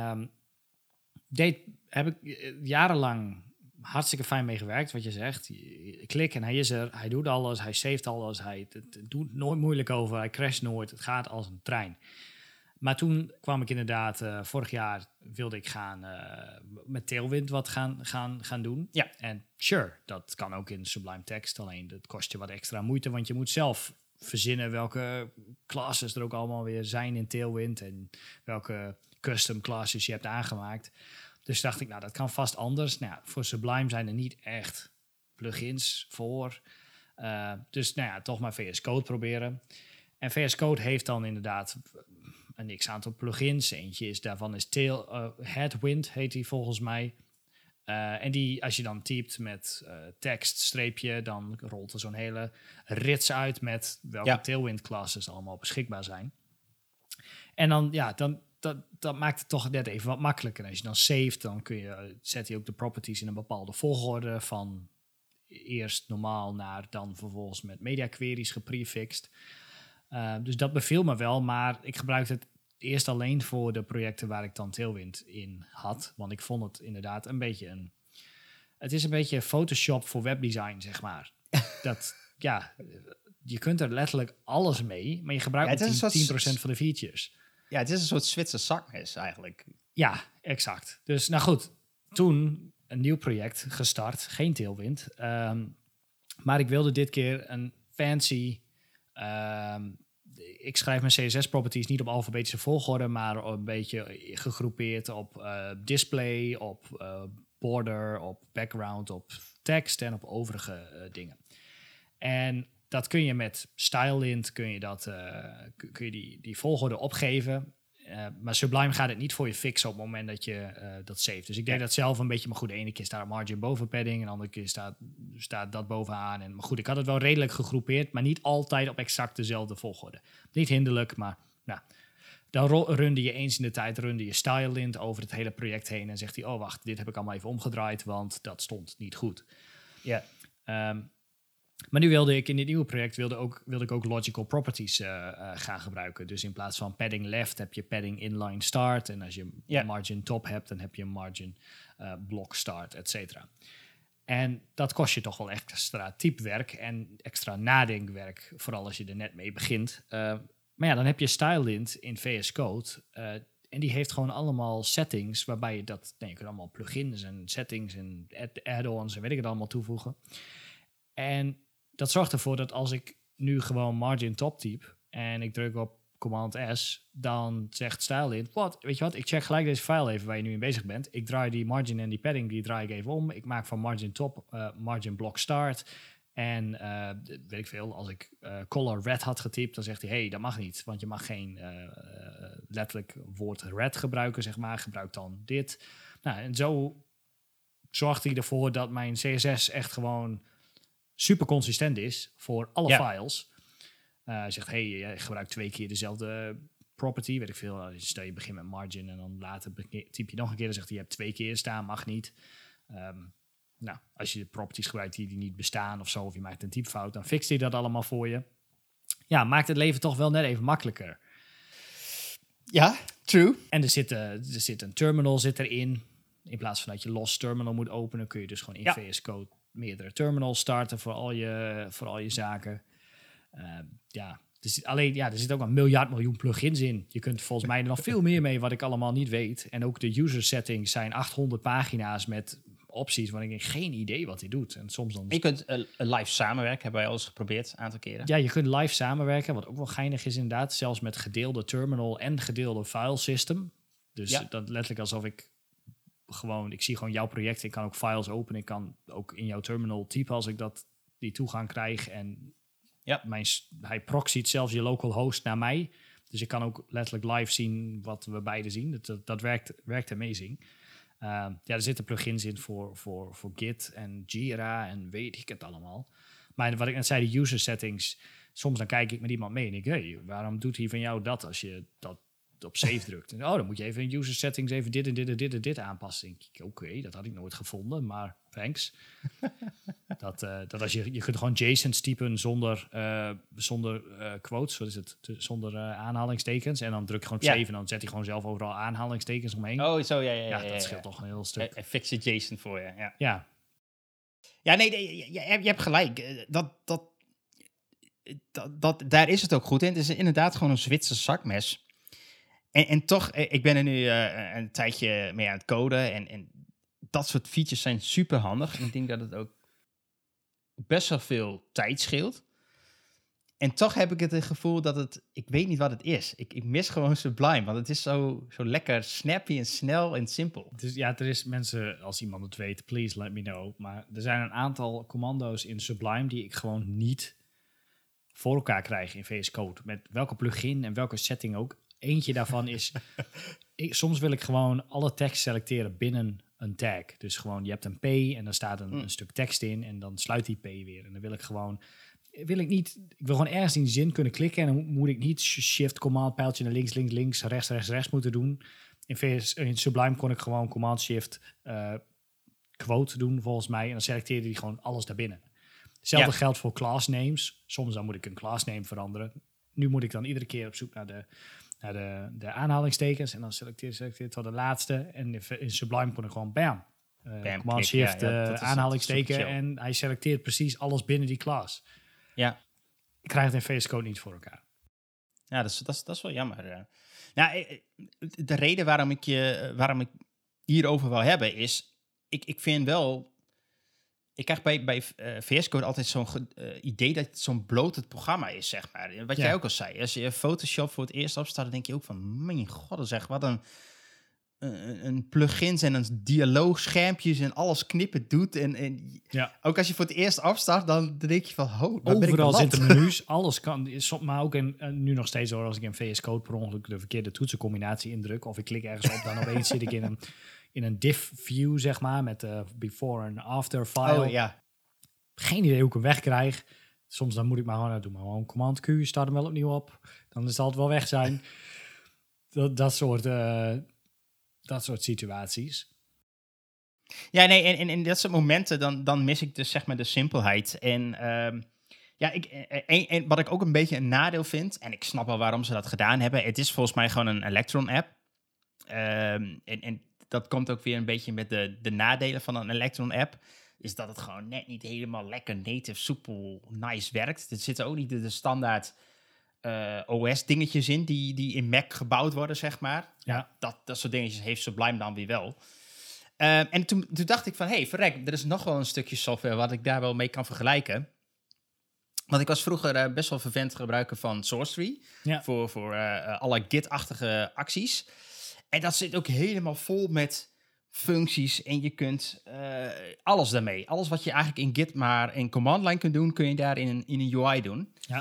heb ik jarenlang hartstikke fijn mee gewerkt, wat je zegt. Klik en hij is er, hij doet alles, hij saved alles, hij doet nooit moeilijk over, hij crasht nooit, het gaat als een trein. Maar toen kwam ik inderdaad, vorig jaar wilde ik met Tailwind wat gaan doen. Ja. En sure, dat kan ook in Sublime Text, alleen dat kost je wat extra moeite, want je moet zelf verzinnen welke classes er ook allemaal weer zijn in Tailwind en welke custom classes je hebt aangemaakt. Dus dacht ik, dat kan vast anders. Nou ja, voor Sublime zijn er niet echt plugins voor. Dus toch maar VS Code proberen. En VS Code heeft dan inderdaad een x-aantal plugins. Eentje daarvan is Headwind, heet die volgens mij. En die, als je dan typt met tekst, streepje, dan rolt er zo'n hele rits uit met welke Tailwind classes allemaal beschikbaar zijn. En dan, dat maakt het toch net even wat makkelijker. En als je dan saved, dan zet hij ook de properties in een bepaalde volgorde van eerst normaal naar dan vervolgens met media queries geprefixed. Dus dat beviel me wel, maar ik gebruikte het eerst alleen voor de projecten waar ik dan Tailwind in had. Want ik vond het inderdaad het is een beetje Photoshop voor webdesign, zeg maar. Je kunt er letterlijk alles mee, maar je gebruikt 10% van de features. Ja, het is een soort Zwitser zakmes eigenlijk. Ja, exact. Dus goed, toen een nieuw project gestart, geen Tailwind. Maar ik wilde dit keer een fancy... ik schrijf mijn CSS-properties niet op alfabetische volgorde, maar een beetje gegroepeerd op display, op border, op background, op tekst en op overige dingen. En dat kun je met StyleLint, kun je die volgorde opgeven. Maar Sublime gaat het niet voor je fixen op het moment dat je dat saved. Dus ik deed dat zelf een beetje. Maar goed, de ene keer staat er margin boven padding. En de andere keer staat dat bovenaan. Maar goed, ik had het wel redelijk gegroepeerd. Maar niet altijd op exact dezelfde volgorde. Niet hinderlijk, maar dan runde je eens in de tijd je StyleLint over het hele project heen. En zegt hij, oh wacht, dit heb ik allemaal even omgedraaid. Want dat stond niet goed. Ja. Maar nu wilde ik in dit nieuwe project wilde ik ook logical properties gaan gebruiken. Dus in plaats van padding left heb je padding inline start. En als je margin top hebt, dan heb je margin block start, et cetera. En dat kost je toch wel extra typewerk en extra nadenkwerk, vooral als je er net mee begint. Maar dan heb je StyleLint in VS Code. En die heeft gewoon allemaal settings waarbij je je kunt allemaal plugins en settings en add-ons en weet ik het allemaal toevoegen. En dat zorgt ervoor dat als ik nu gewoon margin top type en ik druk op Command S, dan zegt Stylelint, weet je wat, ik check gelijk deze file even waar je nu in bezig bent. Ik draai die margin en die padding, die draai ik even om. Ik maak van margin top margin block start. En weet ik veel, als ik color red had getypt, dan zegt hij, hey, dat mag niet. Want je mag geen letterlijk woord red gebruiken, zeg maar. Gebruik dan dit. Nou, en zo zorgt hij ervoor dat mijn CSS echt gewoon super consistent is voor alle files. Hij zegt, hey, je gebruikt 2 keer dezelfde property, weet ik veel. Stel je begint met margin en dan later typ je nog een keer. Dan zegt hij, je hebt 2 keer staan, mag niet. Nou, als je properties gebruikt die niet bestaan of zo, of je maakt een typfout, dan fixt hij dat allemaal voor je. Ja, maakt het leven toch wel net even makkelijker. Ja, true. En er zit een terminal erin. In plaats van dat je los terminal moet openen, kun je dus gewoon in VS Code meerdere terminals starten voor al je zaken. Er zit ook een miljoen plugins in. Je kunt volgens mij er nog veel meer mee wat ik allemaal niet weet. En ook de user settings zijn 800 pagina's met opties waar ik geen idee wat hij doet. En soms dan... Je kunt live samenwerken, hebben wij al eens geprobeerd, een aantal keren. Ja, je kunt live samenwerken, wat ook wel geinig is inderdaad. Zelfs met gedeelde terminal en gedeelde file system. Dus dat letterlijk alsof ik zie gewoon jouw project. Ik kan ook files openen. Ik kan ook in jouw terminal typen als ik die toegang krijg. En hij proxiet zelfs je local host naar mij. Dus ik kan ook letterlijk live zien wat we beide zien. Dat werkt amazing. Er zitten plugins in voor Git en Jira en weet ik het allemaal. Maar wat ik net zei, de user settings. Soms dan kijk ik met iemand mee en ik hey, waarom doet hij van jou dat als je dat op save drukt? En, dan moet je even in user settings even dit en dit en dit en dit aanpassen. Oké, dat had ik nooit gevonden, maar thanks. dat als je kunt gewoon JSON's typen zonder quotes, wat is het? Zonder aanhalingstekens. En dan druk je gewoon op save en dan zet hij gewoon zelf overal aanhalingstekens omheen. Oh, zo, ja. Dat scheelt toch een heel stuk. Hij fixt je JSON voor je, Ja. Ja, nee, je hebt gelijk. Daar is het ook goed in. Het is inderdaad gewoon een Zwitserse zakmes. En toch, ik ben er nu een tijdje mee aan het coden. En dat soort features zijn super handig. En ik denk dat het ook best wel veel tijd scheelt. En toch heb ik het gevoel dat ik weet niet wat het is. Ik mis gewoon Sublime, want het is zo lekker snappy en snel en simpel. Dus er is mensen, als iemand het weet, please let me know. Maar er zijn een aantal commando's in Sublime die ik gewoon niet voor elkaar krijg in VS Code. Met welke plugin en welke setting ook. Eentje daarvan is, soms wil ik gewoon alle tekst selecteren binnen een tag. Dus gewoon, je hebt een P en dan staat een stuk tekst in en dan sluit die P weer. En dan wil ik gewoon ergens in die zin kunnen klikken en dan moet ik niet shift, command, pijltje naar links, rechts moeten doen. In Sublime kon ik gewoon command, shift, quote doen volgens mij en dan selecteerde hij gewoon alles daarbinnen. Hetzelfde geldt voor class names. Soms dan moet ik een class name veranderen. Nu moet ik dan iedere keer op zoek naar de aanhalingstekens en dan selecteer tot de laatste. En in Sublime kon ik gewoon bam command shift aanhalingsteken en hij selecteert precies alles binnen die class. Ja. Ik krijg het in VS Code niet voor elkaar. Ja, dat is wel jammer. Nou, de reden waarom ik hierover wil hebben is, ik vind wel, ik krijg bij VS Code altijd zo'n idee dat het zo'n bloated programma is, zeg maar. Wat jij ook al zei. Als je Photoshop voor het eerst opstart, dan denk je ook van, mijn god, zeg, wat een plugins en een dialoogschermpjes en alles knippen doet. En ook als je voor het eerst afstart, dan denk je van, overal zitten menus, alles kan. Maar ook nu nog steeds hoor, als ik in VS Code per ongeluk de verkeerde toetsencombinatie indruk, of ik klik ergens op, dan opeens zit ik in een diff view, zeg maar, met before en after file. Oh, ja. Geen idee hoe ik hem wegkrijg. Soms dan moet ik maar gewoon doen, maar gewoon command Q, start hem wel opnieuw op. Dan zal het wel weg zijn. Dat soort situaties. Ja, nee, en in dat soort momenten dan mis ik dus zeg maar de simpelheid. En wat ik ook een beetje een nadeel vind, en ik snap wel waarom ze dat gedaan hebben, het is volgens mij gewoon een Electron-app. En dat komt ook weer een beetje met de nadelen van een Electron-app, is dat het gewoon net niet helemaal lekker native, soepel, nice werkt. Er zitten ook niet de standaard OS-dingetjes in die in Mac gebouwd worden, zeg maar. Ja. Dat soort dingetjes heeft Sublime dan weer wel. En toen dacht ik van, verrek, er is nog wel een stukje software wat ik daar wel mee kan vergelijken. Want ik was vroeger best wel vervent gebruiker van SourceTree. Ja. Voor alle Git-achtige acties. En dat zit ook helemaal vol met functies. En je kunt alles daarmee. Alles wat je eigenlijk in Git maar in command line kunt doen, kun je daar in een UI doen. Ja.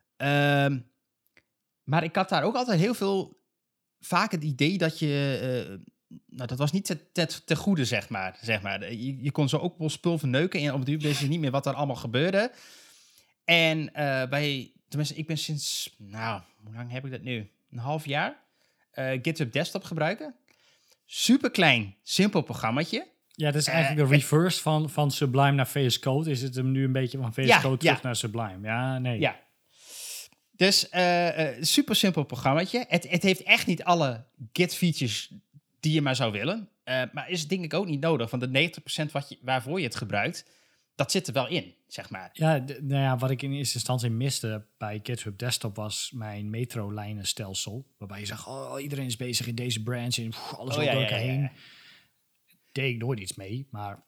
Maar ik had daar ook altijd vaak het idee dat je... nou, dat was niet te goede, zeg maar. Je kon zo ook wel spul verneuken en op de duur wist je niet meer wat er allemaal gebeurde. En tenminste, ik ben sinds, hoe lang heb ik dat nu? Een half jaar. GitHub Desktop gebruiken. Super klein, simpel programmaatje. Ja, dat is eigenlijk de reverse van Sublime naar VS Code. Is het hem nu een beetje van VS Code terug naar Sublime? Ja, nee. Ja. Dus super simpel programmaatje. Het heeft echt niet alle Git-features die je maar zou willen. Maar is denk ik ook niet nodig. Want de 90% waarvoor je het gebruikt, dat zit er wel in, zeg maar. Ja, wat ik in eerste instantie miste bij GitHub Desktop was mijn metro-lijnenstelsel. Waarbij je zag, iedereen is bezig in deze branch en alles loopt door elkaar heen. Deed ik nooit iets mee, maar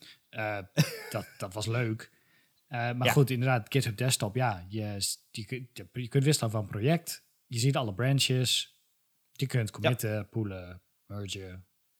dat was leuk. Maar goed, inderdaad, GitHub Desktop, je kunt wisselen van project. Je ziet alle branches. Je kunt committen, poolen, mergen.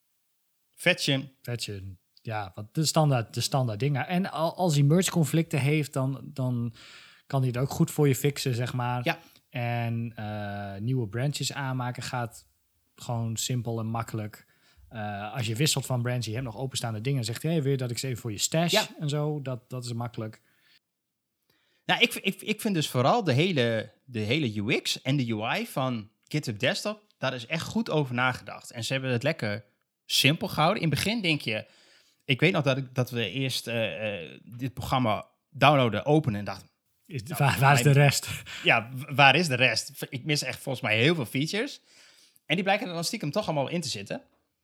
Fetchen. Ja, wat de standaard dingen. En als hij merge conflicten heeft, dan kan hij het ook goed voor je fixen, zeg maar. Ja. En nieuwe branches aanmaken gaat gewoon simpel en makkelijk. Als je wisselt van branch, je hebt nog openstaande dingen, zegt hij, wil je dat ik ze even voor je stash en zo, dat is makkelijk. Nou, ik vind dus vooral de hele UX en de UI van GitHub Desktop, daar is echt goed over nagedacht. En ze hebben het lekker simpel gehouden. In het begin denk je, ik weet nog dat we eerst dit programma downloaden, openen en dachten, waar is de rest? Ja, waar is de rest? Ik mis echt volgens mij heel veel features. En die blijken er dan stiekem toch allemaal in te zitten.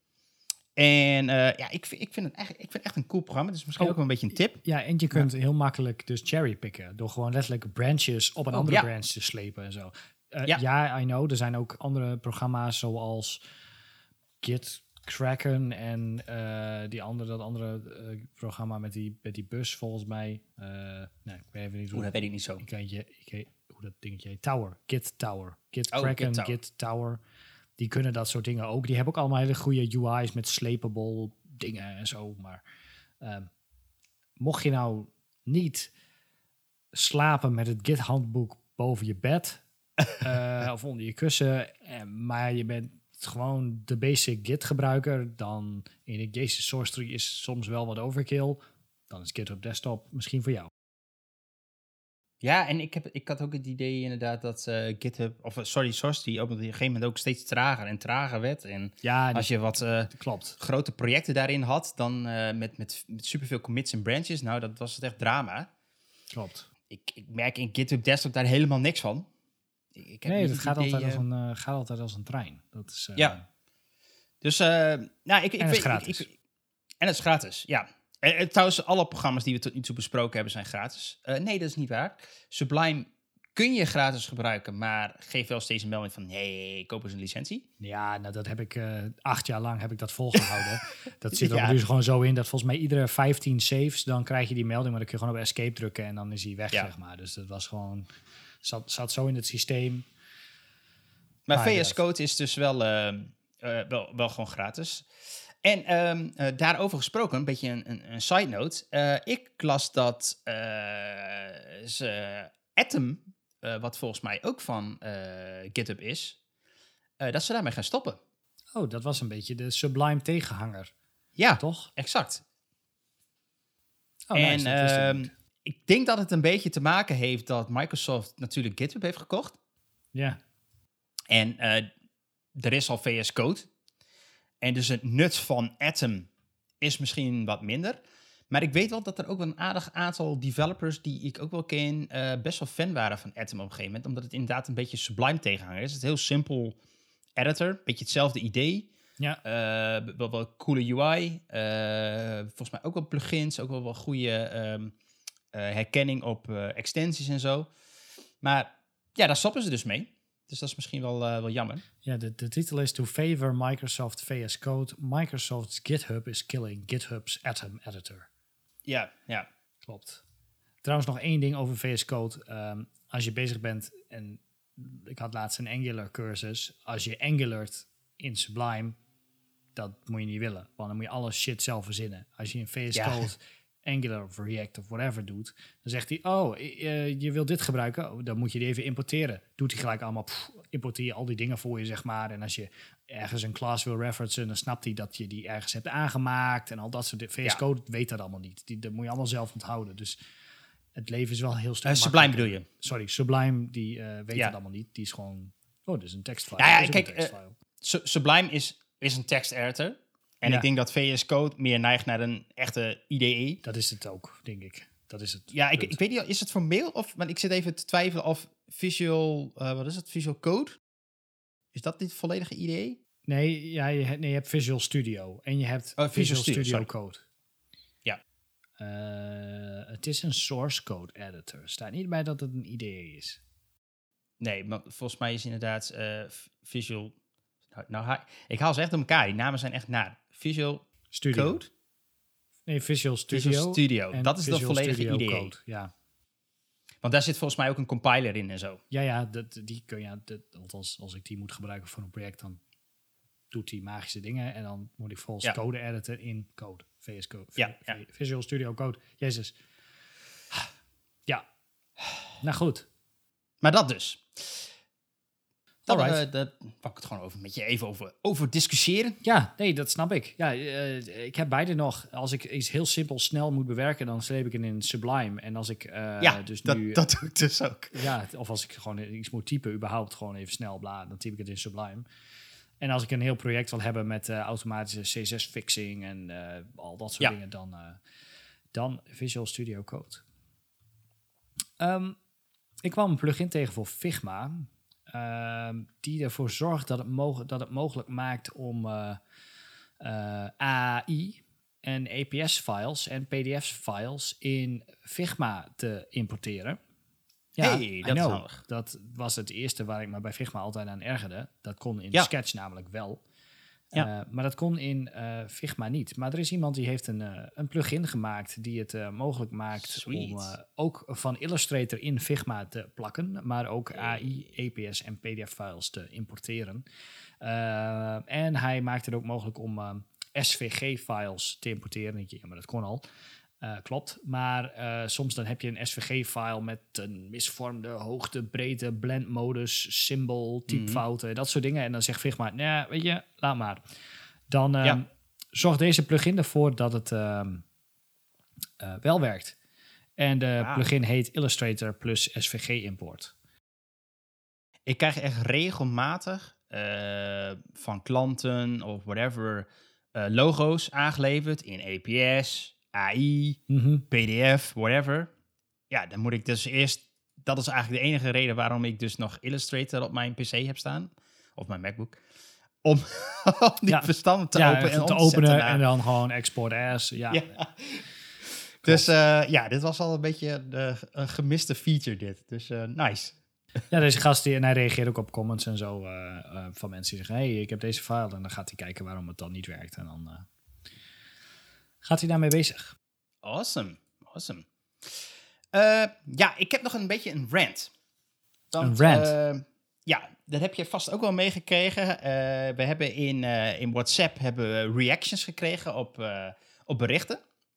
En ik vind het echt een cool programma. Dus misschien ook wel een beetje een tip. Ja, en je kunt heel makkelijk dus cherrypicken. Door gewoon letterlijk branches op een andere branch te slepen en zo. I know. Er zijn ook andere programma's zoals Git Kraken en dat andere programma met die bus volgens mij. Nee, ik weet even niet hoe. Dat weet ik niet zo. Hoe dat dingetje heet. Tower. Git Tower. Git Git Kraken, Tower. Git Tower. Die kunnen dat soort dingen ook. Die hebben ook allemaal hele goede UI's met sleepable dingen en zo. Maar mocht je nou niet slapen met het Git-handboek boven je bed of onder je kussen, maar je bent gewoon de basic Git-gebruiker, dan in de SourceTree is soms wel wat overkill. Dan is GitHub Desktop misschien voor jou. Ja, en ik had ook het idee inderdaad dat SourceTree op een gegeven moment ook steeds trager en trager werd. En als je wat grote projecten daarin had, dan met superveel commits en branches, nou, dat was het echt drama. Klopt. Ik merk in GitHub Desktop daar helemaal niks van. Dat gaat altijd als een trein. Dat is, Dus, en het is gratis. En het is gratis, ja. En trouwens, alle programma's die we tot nu toe besproken hebben zijn gratis. Nee, dat is niet waar. Sublime kun je gratis gebruiken, maar geef wel steeds een melding van, nee, koop eens een licentie. Ja, nou dat heb ik 8 jaar lang heb ik dat volgehouden. Dat zit er nu gewoon zo in dat volgens mij iedere 15 saves, dan krijg je die melding, maar dan kun je gewoon op escape drukken en dan is hij weg, zeg maar. Dus dat was gewoon, zat zo in het systeem. Maar VS Code is dus wel gewoon gratis. En daarover gesproken, een beetje een side note. Ik las dat Atom, wat volgens mij ook van GitHub is, dat ze daarmee gaan stoppen. Oh, dat was een beetje de Sublime tegenhanger. Ja, toch? Exact. Oh, nice, en ik denk dat het een beetje te maken heeft dat Microsoft natuurlijk GitHub heeft gekocht. Ja. En er is al VS Code. En dus het nut van Atom is misschien wat minder. Maar ik weet wel dat er ook wel een aardig aantal developers die ik ook wel ken, best wel fan waren van Atom op een gegeven moment. Omdat het inderdaad een beetje Sublime tegenhanger is. Het is een heel simpel editor, een beetje hetzelfde idee. Ja. Wel coole UI. Volgens mij ook wel plugins, ook wel goede herkenning op extensies en zo. Maar ja, daar stoppen ze dus mee. Dus dat is misschien wel jammer. Ja, de titel is To Favor Microsoft VS Code. Microsoft's GitHub is killing GitHub's Atom editor. Ja. Klopt. Trouwens, nog één ding over VS Code. Als je bezig bent, en ik had laatst een Angular cursus. Als je Angulart in Sublime, dat moet je niet willen. Want dan moet je alle shit zelf verzinnen. Als je in VS Code Angular of React of whatever doet, dan zegt hij, je wil dit gebruiken, dan moet je die even importeren. Doet hij gelijk allemaal, importeer je al die dingen voor je, zeg maar. En als je ergens een class wil referencen, dan snapt hij dat je die ergens hebt aangemaakt en al dat soort dingen. VS Code weet dat allemaal niet. Dat moet je allemaal zelf onthouden. Dus het leven is wel heel stuk Sublime bedoel je? Sorry, Sublime, die weet dat allemaal niet. Die is gewoon, dit is een tekstfile. Ja, kijk, Sublime is een teksteditor. En ik denk dat VS Code meer neigt naar een echte IDE. Dat is het ook, denk ik. Dat is het. Ja, ik weet niet, is het formeel? Want ik zit even te twijfelen of Visual Code? Is dat niet volledige IDE? Nee, je hebt Visual Studio. En je hebt Visual Studio Code. Ja. Het is een source code editor. Staat niet bij dat het een IDE is. Nee, maar volgens mij is inderdaad Visual... ik haal ze echt door elkaar. Die namen zijn echt naar. Visual Studio. Code? Nee, Visual Studio. Visual Studio. Dat is de volledige Studio IDE. Code, ja. Want daar zit volgens mij ook een compiler in en zo. Ja, die kun je... Want als ik die moet gebruiken voor een project, dan doet die magische dingen. En dan moet ik volgens code editen in code. VS Code. Visual Studio Code. Jezus. Ja. Nou goed. Maar dat dus. Daar Alright. pak ik het gewoon met je even over discussiëren. Ja, nee, dat snap ik. Ja, ik heb beide nog. Als ik iets heel simpel snel moet bewerken, dan sleep ik het in Sublime. En als ik dat doe ik dus ook. Ja, of als ik gewoon iets moet typen, überhaupt gewoon even snel bla, dan typ ik het in Sublime. En als ik een heel project wil hebben met automatische CSS-fixing en al dat soort dingen, dan Visual Studio Code. Ik kwam een plugin tegen voor Figma, die ervoor zorgt dat het mogelijk maakt om AI en APS-files en PDF-files in Figma te importeren. Ja, dat is handig. Dat was het eerste waar ik me bij Figma altijd aan ergerde. Dat kon in Sketch namelijk wel. Maar dat kon in Figma niet. Maar er is iemand die heeft een plugin gemaakt die het mogelijk maakt om ook van Illustrator in Figma te plakken, maar ook AI, APS en PDF-files te importeren. En hij maakt het ook mogelijk om SVG-files te importeren. Ja, maar dat kon al. Klopt, maar soms dan heb je een SVG-file met een misvormde hoogte, breedte, blendmodus, symbool, typfouten, dat soort dingen. En dan zegt Figma, nee, weet je, laat maar. Dan zorgt deze plugin ervoor dat het wel werkt. En de plugin heet Illustrator plus SVG import. Ik krijg echt regelmatig van klanten of whatever logo's aangeleverd in APS, AI, PDF, whatever. Ja, dan moet ik dus eerst... Dat is eigenlijk de enige reden waarom ik dus nog Illustrator op mijn PC heb staan. Of mijn MacBook. Om die bestanden te openen en te openen en dan gewoon export as. Ja. Dus dit was al een beetje een gemiste feature dit. Dus nice. Ja, deze gast en hij reageert ook op comments en zo van mensen die zeggen, hey, ik heb deze file. En dan gaat hij kijken waarom het dan niet werkt. En dan gaat hij daarmee bezig. Awesome. Ik heb nog een beetje een rant. Want, een rant? Dat heb je vast ook wel meegekregen. We hebben in WhatsApp reactions gekregen op berichten.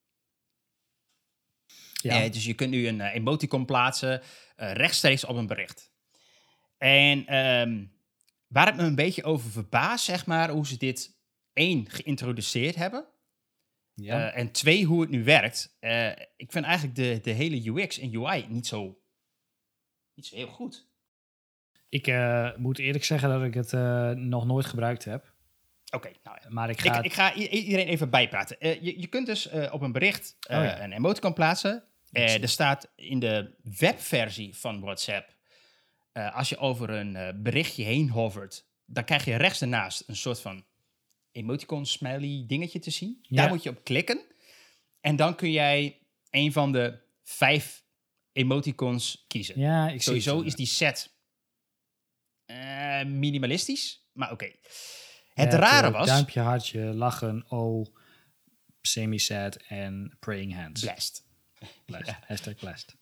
Ja. Dus je kunt nu een emoticon plaatsen rechtstreeks op een bericht. En waar ik me een beetje over verbaas, zeg maar, hoe ze dit 1 geïntroduceerd hebben. Ja. En 2, hoe het nu werkt. Ik vind eigenlijk de hele UX en UI niet zo heel goed. Ik moet eerlijk zeggen dat ik het nog nooit gebruikt heb. Oké, nou ja. Maar ik ga iedereen even bijpraten. Je kunt dus op een bericht een emoticon plaatsen. Er staat in de webversie van WhatsApp, als je over een berichtje heen hovert, dan krijg je rechts ernaast een soort van emoticon smiley dingetje te zien. Ja. Daar moet je op klikken. En dan kun jij een van de 5 emoticons kiezen. Ja, ik Sowieso is die set minimalistisch, maar oké. Het rare was... Duimpje, hartje, lachen, semi-sad en praying hands. Blast. Blast. Ja. Hashtag blast.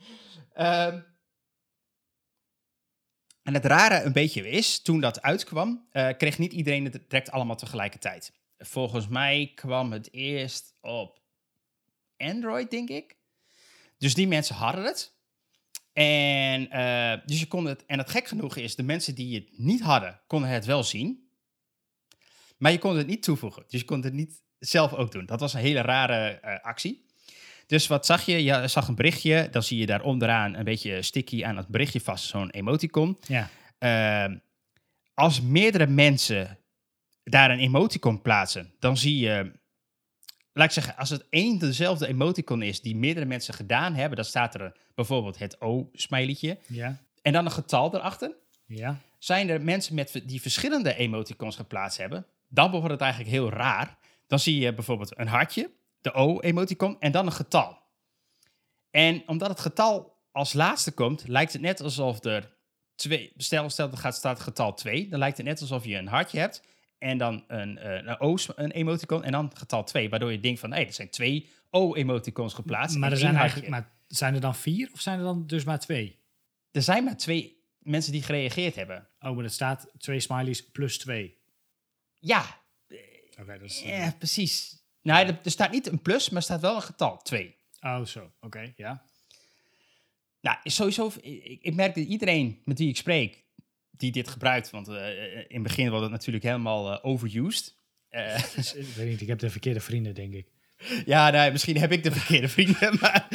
En het rare een beetje is, toen dat uitkwam, kreeg niet iedereen het direct allemaal tegelijkertijd. Volgens mij kwam het eerst op Android, denk ik. Dus die mensen hadden het. En, dus je kon het. En het gek genoeg is, de mensen die het niet hadden, konden het wel zien. Maar je kon het niet toevoegen. Dus je kon het niet zelf ook doen. Dat was een hele rare actie. Dus wat zag je? Je zag een berichtje. Dan zie je daar onderaan een beetje sticky aan het berichtje vast. Zo'n emoticon. Ja. Als meerdere mensen daar een emoticon plaatsen, dan zie je, laat ik zeggen, als het één dezelfde emoticon is die meerdere mensen gedaan hebben, dan staat er bijvoorbeeld het O-smileytje Ja. en dan een getal erachter. Ja. Zijn er mensen die verschillende emoticons geplaatst hebben, dan wordt het eigenlijk heel raar. Dan zie je bijvoorbeeld een hartje, de O-emoticon en dan een getal. En omdat het getal als laatste komt, lijkt het net alsof er twee, stel er staat getal 2, dan lijkt het net alsof je een hartje hebt en dan een emoticon en dan getal 2, waardoor je denkt van, hé, er zijn 2 O-emoticons geplaatst. Maar en er zijn één eigenlijk hartje. zijn er dan 4 of zijn er dan dus maar 2? Er zijn maar 2 mensen die gereageerd hebben. Oh, maar er staat 2 smileys plus 2. Ja, Oké, dat is... precies. Nou, er staat niet een plus, maar er staat wel een getal 2. Oh, zo. Oké, ja. Nou, sowieso, ik merk dat iedereen met wie ik spreek, die dit gebruikt, want in het begin was het natuurlijk helemaal overused. Dus, ik weet niet, ik heb de verkeerde vrienden, denk ik. Ja, nou, misschien heb ik de verkeerde vrienden, maar...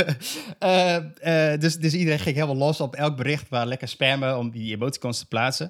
dus iedereen ging helemaal los op elk bericht waar lekker spammen om die emoticons te plaatsen.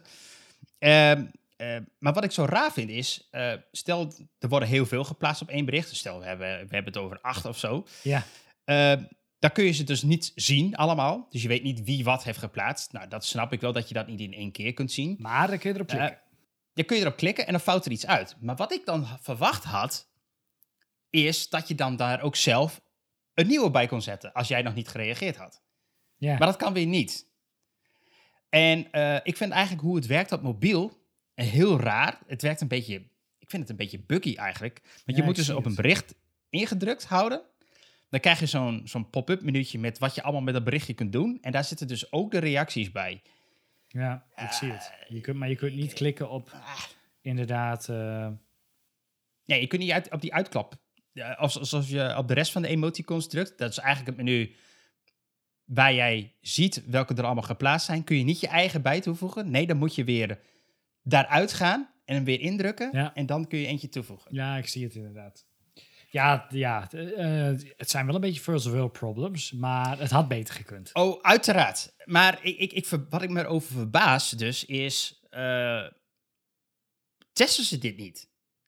Maar wat ik zo raar vind is, stel, er worden heel veel geplaatst op één bericht. Stel, we hebben het over 8 of zo. Ja. Dan kun je ze dus niet zien allemaal. Dus je weet niet wie wat heeft geplaatst. Nou, dat snap ik wel, dat je dat niet in één keer kunt zien. Maar dan kun je erop klikken. Dan kun je erop klikken en dan vouwt er iets uit. Maar wat ik dan verwacht had, is dat je dan daar ook zelf een nieuwe bij kon zetten, als jij nog niet gereageerd had. Ja. Maar dat kan weer niet. En ik vind eigenlijk hoe het werkt op mobiel heel raar. Het werkt een beetje, ik vind het een beetje buggy eigenlijk. Want je moet dus op een bericht ingedrukt houden. Dan krijg je zo'n pop-up minuutje met wat je allemaal met dat berichtje kunt doen. En daar zitten dus ook de reacties bij. Ja, ik zie het. Je kunt niet klikken op, inderdaad... Nee, je kunt niet op die uitklap. Alsof je op de rest van de emoticons drukt. Dat is eigenlijk het menu waar jij ziet welke er allemaal geplaatst zijn. Kun je niet je eigen bij toevoegen. Nee, dan moet je weer daaruit gaan en hem weer indrukken. Ja. En dan kun je eentje toevoegen. Ja, ik zie het inderdaad. Ja, het zijn wel een beetje first world problems, maar het had beter gekund. Oh, uiteraard. Maar wat ik me erover verbaas dus is, testen ze dit niet?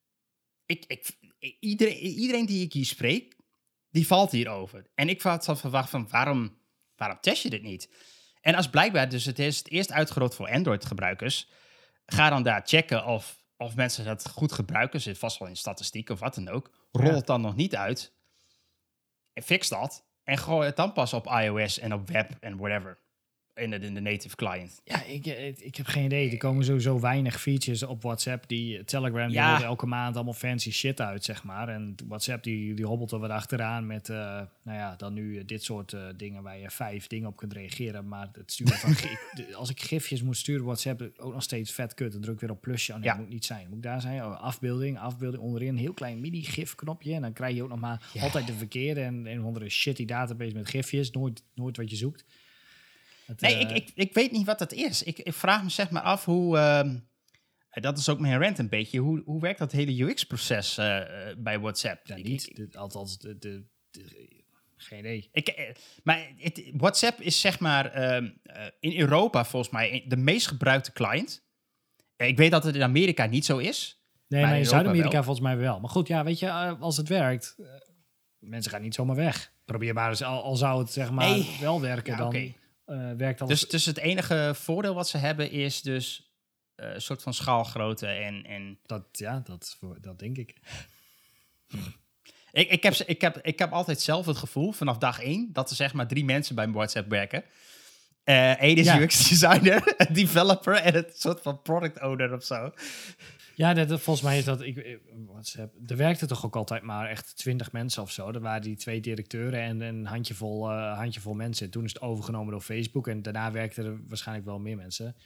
Iedereen die ik hier spreek, die valt hierover. En ik had verwacht van, waarom test je dit niet? En als blijkbaar dus het is het eerst uitgerold voor Android-gebruikers, ga dan daar checken of mensen dat goed gebruiken. Zit vast wel in statistieken of wat dan ook. Rol het dan nog niet uit. En fix dat. En gooi het dan pas op iOS en op web en whatever. In de native client. Ja, ik heb geen idee. Er komen sowieso weinig features op WhatsApp. Telegram die rolt elke maand allemaal fancy shit uit, zeg maar. En WhatsApp die hobbelt er wat achteraan met, dan nu dit soort dingen waar je 5 dingen op kunt reageren. Maar het sturen van als ik gifjes moet sturen WhatsApp, ook nog steeds vet kut. Dan druk ik weer op plusje. Oh nee, dat moet niet zijn. Moet ik daar zijn? Oh, afbeelding onderin. Een heel klein mini-gif knopje. En dan krijg je ook nog maar altijd de verkeerde en een of andere shitty database met gifjes. Nooit wat je zoekt. Ik weet niet wat dat is. Ik vraag me zeg maar af hoe... dat is ook mijn rant een beetje. Hoe werkt dat hele UX-proces bij WhatsApp? Ja, althans, geen idee. WhatsApp is zeg maar in Europa volgens mij de meest gebruikte client. Ik weet dat het in Amerika niet zo is. Nee, maar in Zuid-Amerika wel. volgens mij wel. Maar goed, ja, weet je, als het werkt... mensen gaan niet zomaar weg. Probeer maar eens, al zou het zeg maar wel werken, dan... Okay. Werkt alles. Dus het enige voordeel wat ze hebben is dus een soort van schaalgrootte en... Dat denk ik. Ik heb altijd zelf het gevoel, vanaf dag 1, dat er zeg maar 3 mensen bij WhatsApp werken. Eén is UX designer, een developer en een soort van product owner of zo. Ja, volgens mij is dat... WhatsApp, er werkte toch ook altijd maar echt 20 mensen of zo. Er waren die 2 directeuren en een handjevol mensen. Toen is het overgenomen door Facebook en daarna werkten er waarschijnlijk wel meer mensen.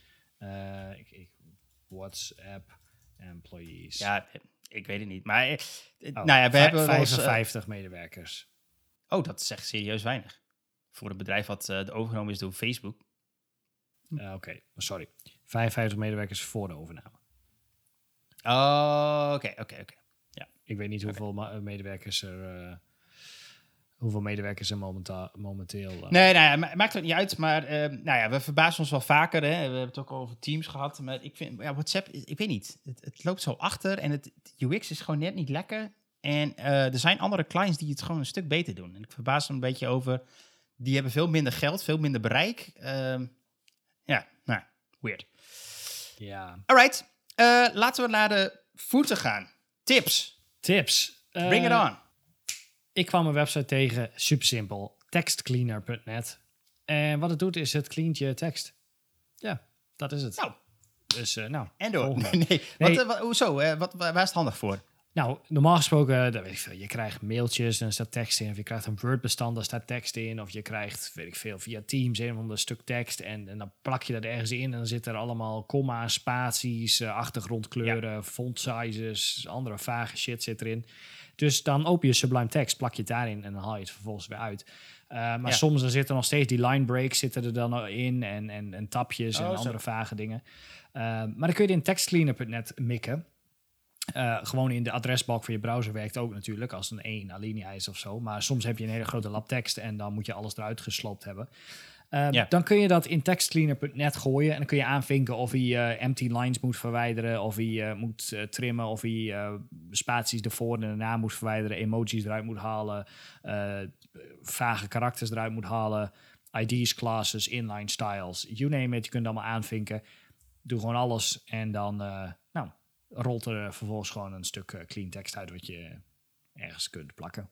WhatsApp employees. Ja, ik weet het niet. Maar Oh, nou ja, we hebben wel eens, 55 medewerkers. Oh, dat is echt serieus weinig. Voor een bedrijf wat overgenomen is door Facebook. Oké, sorry. 55 medewerkers voor de overname. Oh, oké. Ja. Ik weet niet hoeveel medewerkers er... hoeveel medewerkers er momenteel... Nee, nou ja, maakt het niet uit. Maar nou ja, we verbazen ons wel vaker. Hè. We hebben het ook al over Teams gehad. Maar ik vind, ja, WhatsApp, ik weet niet. Het loopt zo achter en het UX is gewoon net niet lekker. En er zijn andere clients die het gewoon een stuk beter doen. En ik verbaas me een beetje over... Die hebben veel minder geld, veel minder bereik. Ja, nou, weird. Ja. Alright, laten we naar de voeten gaan. Tips. Bring it on. Ik kwam een website tegen, super simpel. Textcleaner.net. En wat het doet is het cleant je tekst. Ja, dat is het. Nou. Dus En door. volgende. Nee. Hoezo? Waar is het handig voor? Nou, normaal gesproken, dat weet ik veel, je krijgt mailtjes en er staat tekst in. Of je krijgt een Word-bestand, daar staat tekst in. Of je krijgt, weet ik veel, via Teams een of ander stuk tekst. En dan plak je dat ergens in en dan zitten er allemaal komma's, spaties, achtergrondkleuren, font sizes, andere vage shit zit erin. Dus dan open je Sublime Text, plak je het daarin en dan haal je het vervolgens weer uit. Maar soms dan zitten nog steeds die line breaks zitten er dan in en tapjes en andere vage dingen. Maar dan kun je in textcleaner.net mikken. Gewoon in de adresbalk van je browser werkt ook natuurlijk, als een 1 alinea is of zo. Maar soms heb je een hele grote lap tekst en dan moet je alles eruit gesloopt hebben. Dan kun je dat in textcleaner.net gooien en dan kun je aanvinken of hij empty lines moet verwijderen, of hij moet trimmen, of hij spaties ervoor en daarna moet verwijderen, emojis eruit moet halen, vage karakters eruit moet halen, ID's, classes, inline styles, you name it. Je kunt allemaal aanvinken. Doe gewoon alles en dan rolt er vervolgens gewoon een stuk clean tekst uit wat je ergens kunt plakken.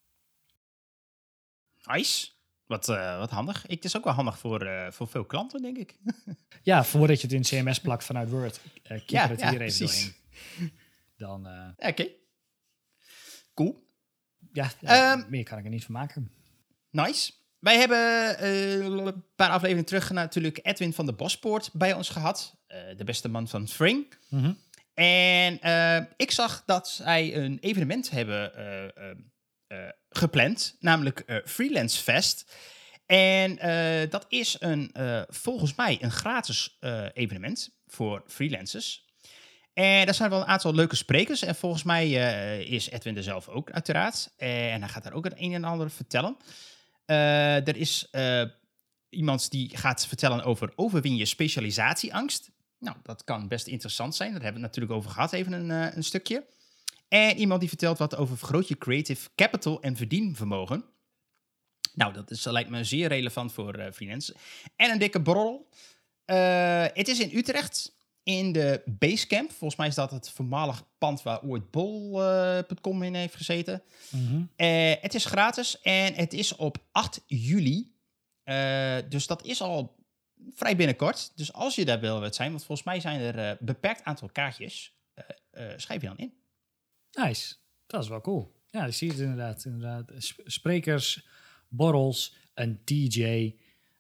Nice. Wat handig. Het is ook wel handig voor veel klanten, denk ik. Ja, voordat je het in CMS plakt vanuit Word. Kijk het hier even precies. doorheen. Dan... Oké. Cool. Meer kan ik er niet van maken. Nice. Wij hebben een paar afleveringen terug natuurlijk Edwin van de Bospoort bij ons gehad. De beste man van Fring. Mm-hmm. En ik zag dat zij een evenement hebben gepland, namelijk Freelance Fest. En dat is volgens mij een gratis evenement voor freelancers. En daar zijn wel een aantal leuke sprekers. En volgens mij is Edwin er zelf ook, uiteraard. En hij gaat daar ook het een en ander vertellen. Er is iemand die gaat vertellen over overwin je specialisatieangst. Nou, dat kan best interessant zijn. Daar hebben we het natuurlijk over gehad, even een stukje. En iemand die vertelt wat over vergroot je creative capital en verdienvermogen. Nou, dat lijkt me zeer relevant voor freelancers. En een dikke borrel. Het is in Utrecht, in de Basecamp. Volgens mij is dat het voormalig pand waar ooit bol.com in heeft gezeten. Mm-hmm. Het is gratis en het is op 8 juli. Dus dat is al vrij binnenkort. Dus als je daar wil zijn, want volgens mij zijn er een beperkt aantal kaartjes, schrijf je dan in. Nice. Dat is wel cool. Ja, ik zie het inderdaad. Sprekers, borrels, een DJ.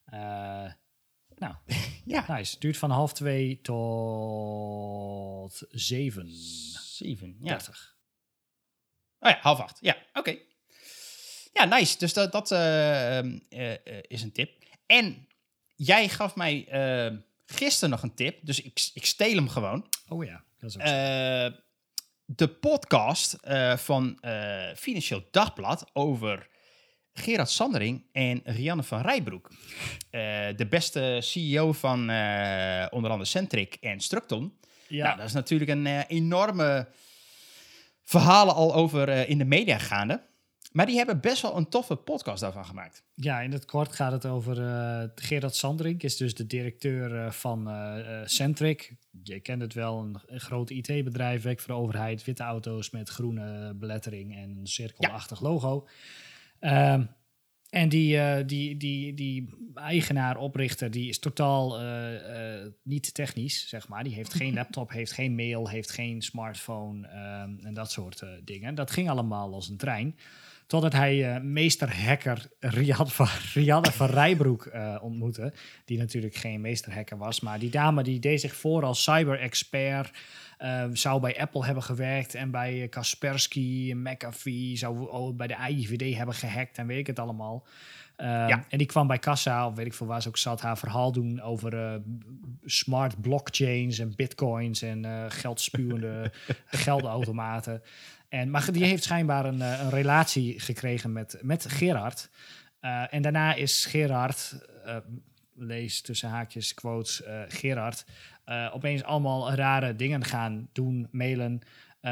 Ja. Nice. Duurt van 1:30 tot 7. 7, ja. 30. Oh ja, 7:30. Ja, oké. Ja, nice. Dus dat is een tip. En jij gaf mij gisteren nog een tip, dus ik steel hem gewoon. Oh ja, dat is ook zo. De podcast van Financieel Dagblad over Gerard Sandering en Rianne van Rijbroek. De beste CEO van onder andere Centric en Structon. Ja. Nou, dat is natuurlijk een enorme verhalen al over in de media gaande. Maar die hebben best wel een toffe podcast daarvan gemaakt. Ja, in het kort gaat het over Gerard Sandring, is dus de directeur van Centric. Je kent het wel, een groot IT-bedrijf, werkt voor de overheid, witte auto's met groene belettering en een cirkelachtig logo. En die eigenaar, oprichter, die is totaal niet technisch, zeg maar. Die heeft geen laptop, heeft geen mail, heeft geen smartphone en dat soort dingen. Dat ging allemaal als een trein. Totdat hij meesterhacker Rianne van Rijbroek ontmoette. Die natuurlijk geen meesterhacker was. Maar die dame die deed zich voor als cyber-expert. Zou bij Apple hebben gewerkt en bij Kaspersky, McAfee. Zou bij de AIVD hebben gehackt en weet ik het allemaal. En die kwam bij Kassa, of weet ik veel waar ze ook zat, haar verhaal doen over smart blockchains en bitcoins en geldspuwende geldautomaten. Maar die heeft schijnbaar een relatie gekregen met Gerard. En daarna is Gerard, lees tussen haakjes, quotes, Gerard, opeens allemaal rare dingen gaan doen, mailen,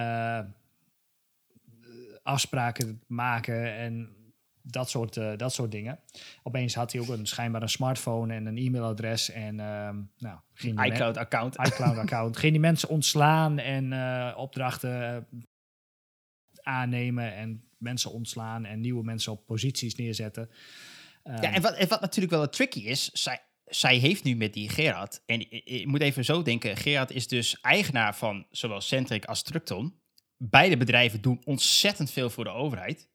afspraken maken en dat soort dingen. Opeens had hij ook schijnbaar een smartphone en een e-mailadres en ging iCloud-account. Ging die mensen ontslaan en opdrachten aannemen en mensen ontslaan en nieuwe mensen op posities neerzetten. En wat natuurlijk wel tricky is, zij heeft nu met die Gerard, en je moet even zo denken, Gerard is dus eigenaar van zowel Centric als Structon. Beide bedrijven doen ontzettend veel voor de overheid.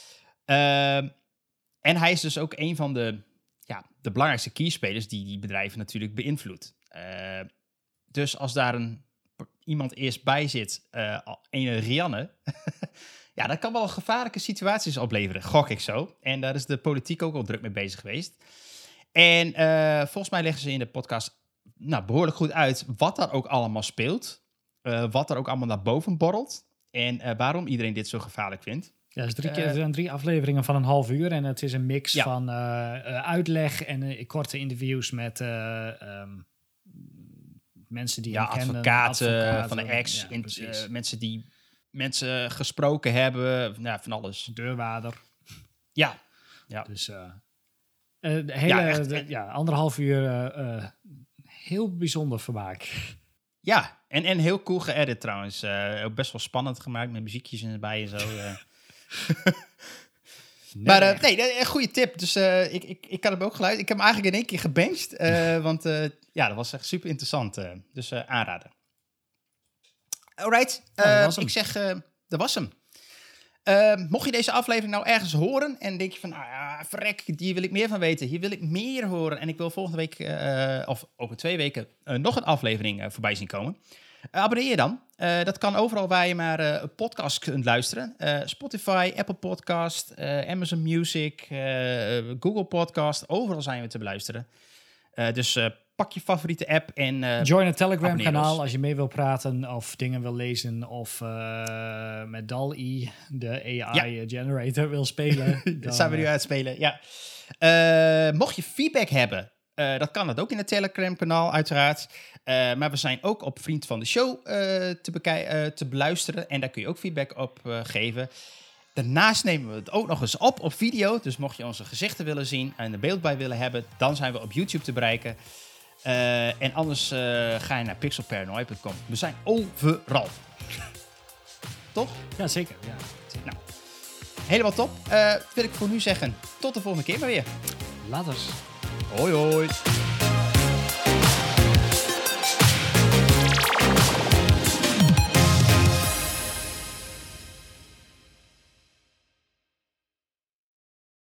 En hij is dus ook een van de belangrijkste keyspelers die bedrijven natuurlijk beïnvloedt. Dus als daar iemand eerst bij zit, een Rianne, ja, dat kan wel gevaarlijke situaties opleveren, gok ik zo. En daar is de politiek ook al druk mee bezig geweest. En volgens mij leggen ze in de podcast behoorlijk goed uit wat daar ook allemaal speelt. Wat er ook allemaal naar boven borrelt. En waarom iedereen dit zo gevaarlijk vindt. Ja, dus er zijn 3 afleveringen van een half uur. En het is een mix van uitleg en korte interviews met mensen die hem kennen. Advocaten van de ex. Mensen die mensen gesproken hebben. Van alles. Deurwaarder. Ja. Dus anderhalf uur heel bijzonder vermaak. Ja, en heel cool geëdit trouwens. Ook best wel spannend gemaakt met muziekjes erbij en zo. Maar een goede tip. Dus ik kan hem ook geluid. Ik heb hem eigenlijk in 1 keer gebenched. Want dat was echt super interessant. Dus aanraden. Alright. Ik zeg, dat was hem. Mocht je deze aflevering nou ergens horen en denk je van, verrek, hier wil ik meer van weten. Hier wil ik meer horen. En ik wil volgende week, of over 2 weken, nog een aflevering voorbij zien komen. Abonneer je dan. Dat kan overal waar je maar een podcast kunt luisteren. Spotify, Apple Podcast, Amazon Music, Google Podcast. Overal zijn we te beluisteren. Dus pak je favoriete app en join het Telegram-kanaal als je mee wil praten of dingen wil lezen of met DALL-E, de AI-generator, wil spelen. Dat zijn we nu aan het spelen, ja. Mocht je feedback hebben, dat kan dat ook in het Telegram-kanaal uiteraard. Maar we zijn ook op Vriend van de Show te beluisteren. En daar kun je ook feedback op geven. Daarnaast nemen we het ook nog eens op video. Dus mocht je onze gezichten willen zien en er beeld bij willen hebben, dan zijn we op YouTube te bereiken. En anders ga je naar pixelparanoia.com. We zijn overal. Toch? Ja, zeker. Ja. Nou, helemaal top. Wil ik voor nu zeggen, tot de volgende keer maar weer. Laters. Hoi hoi.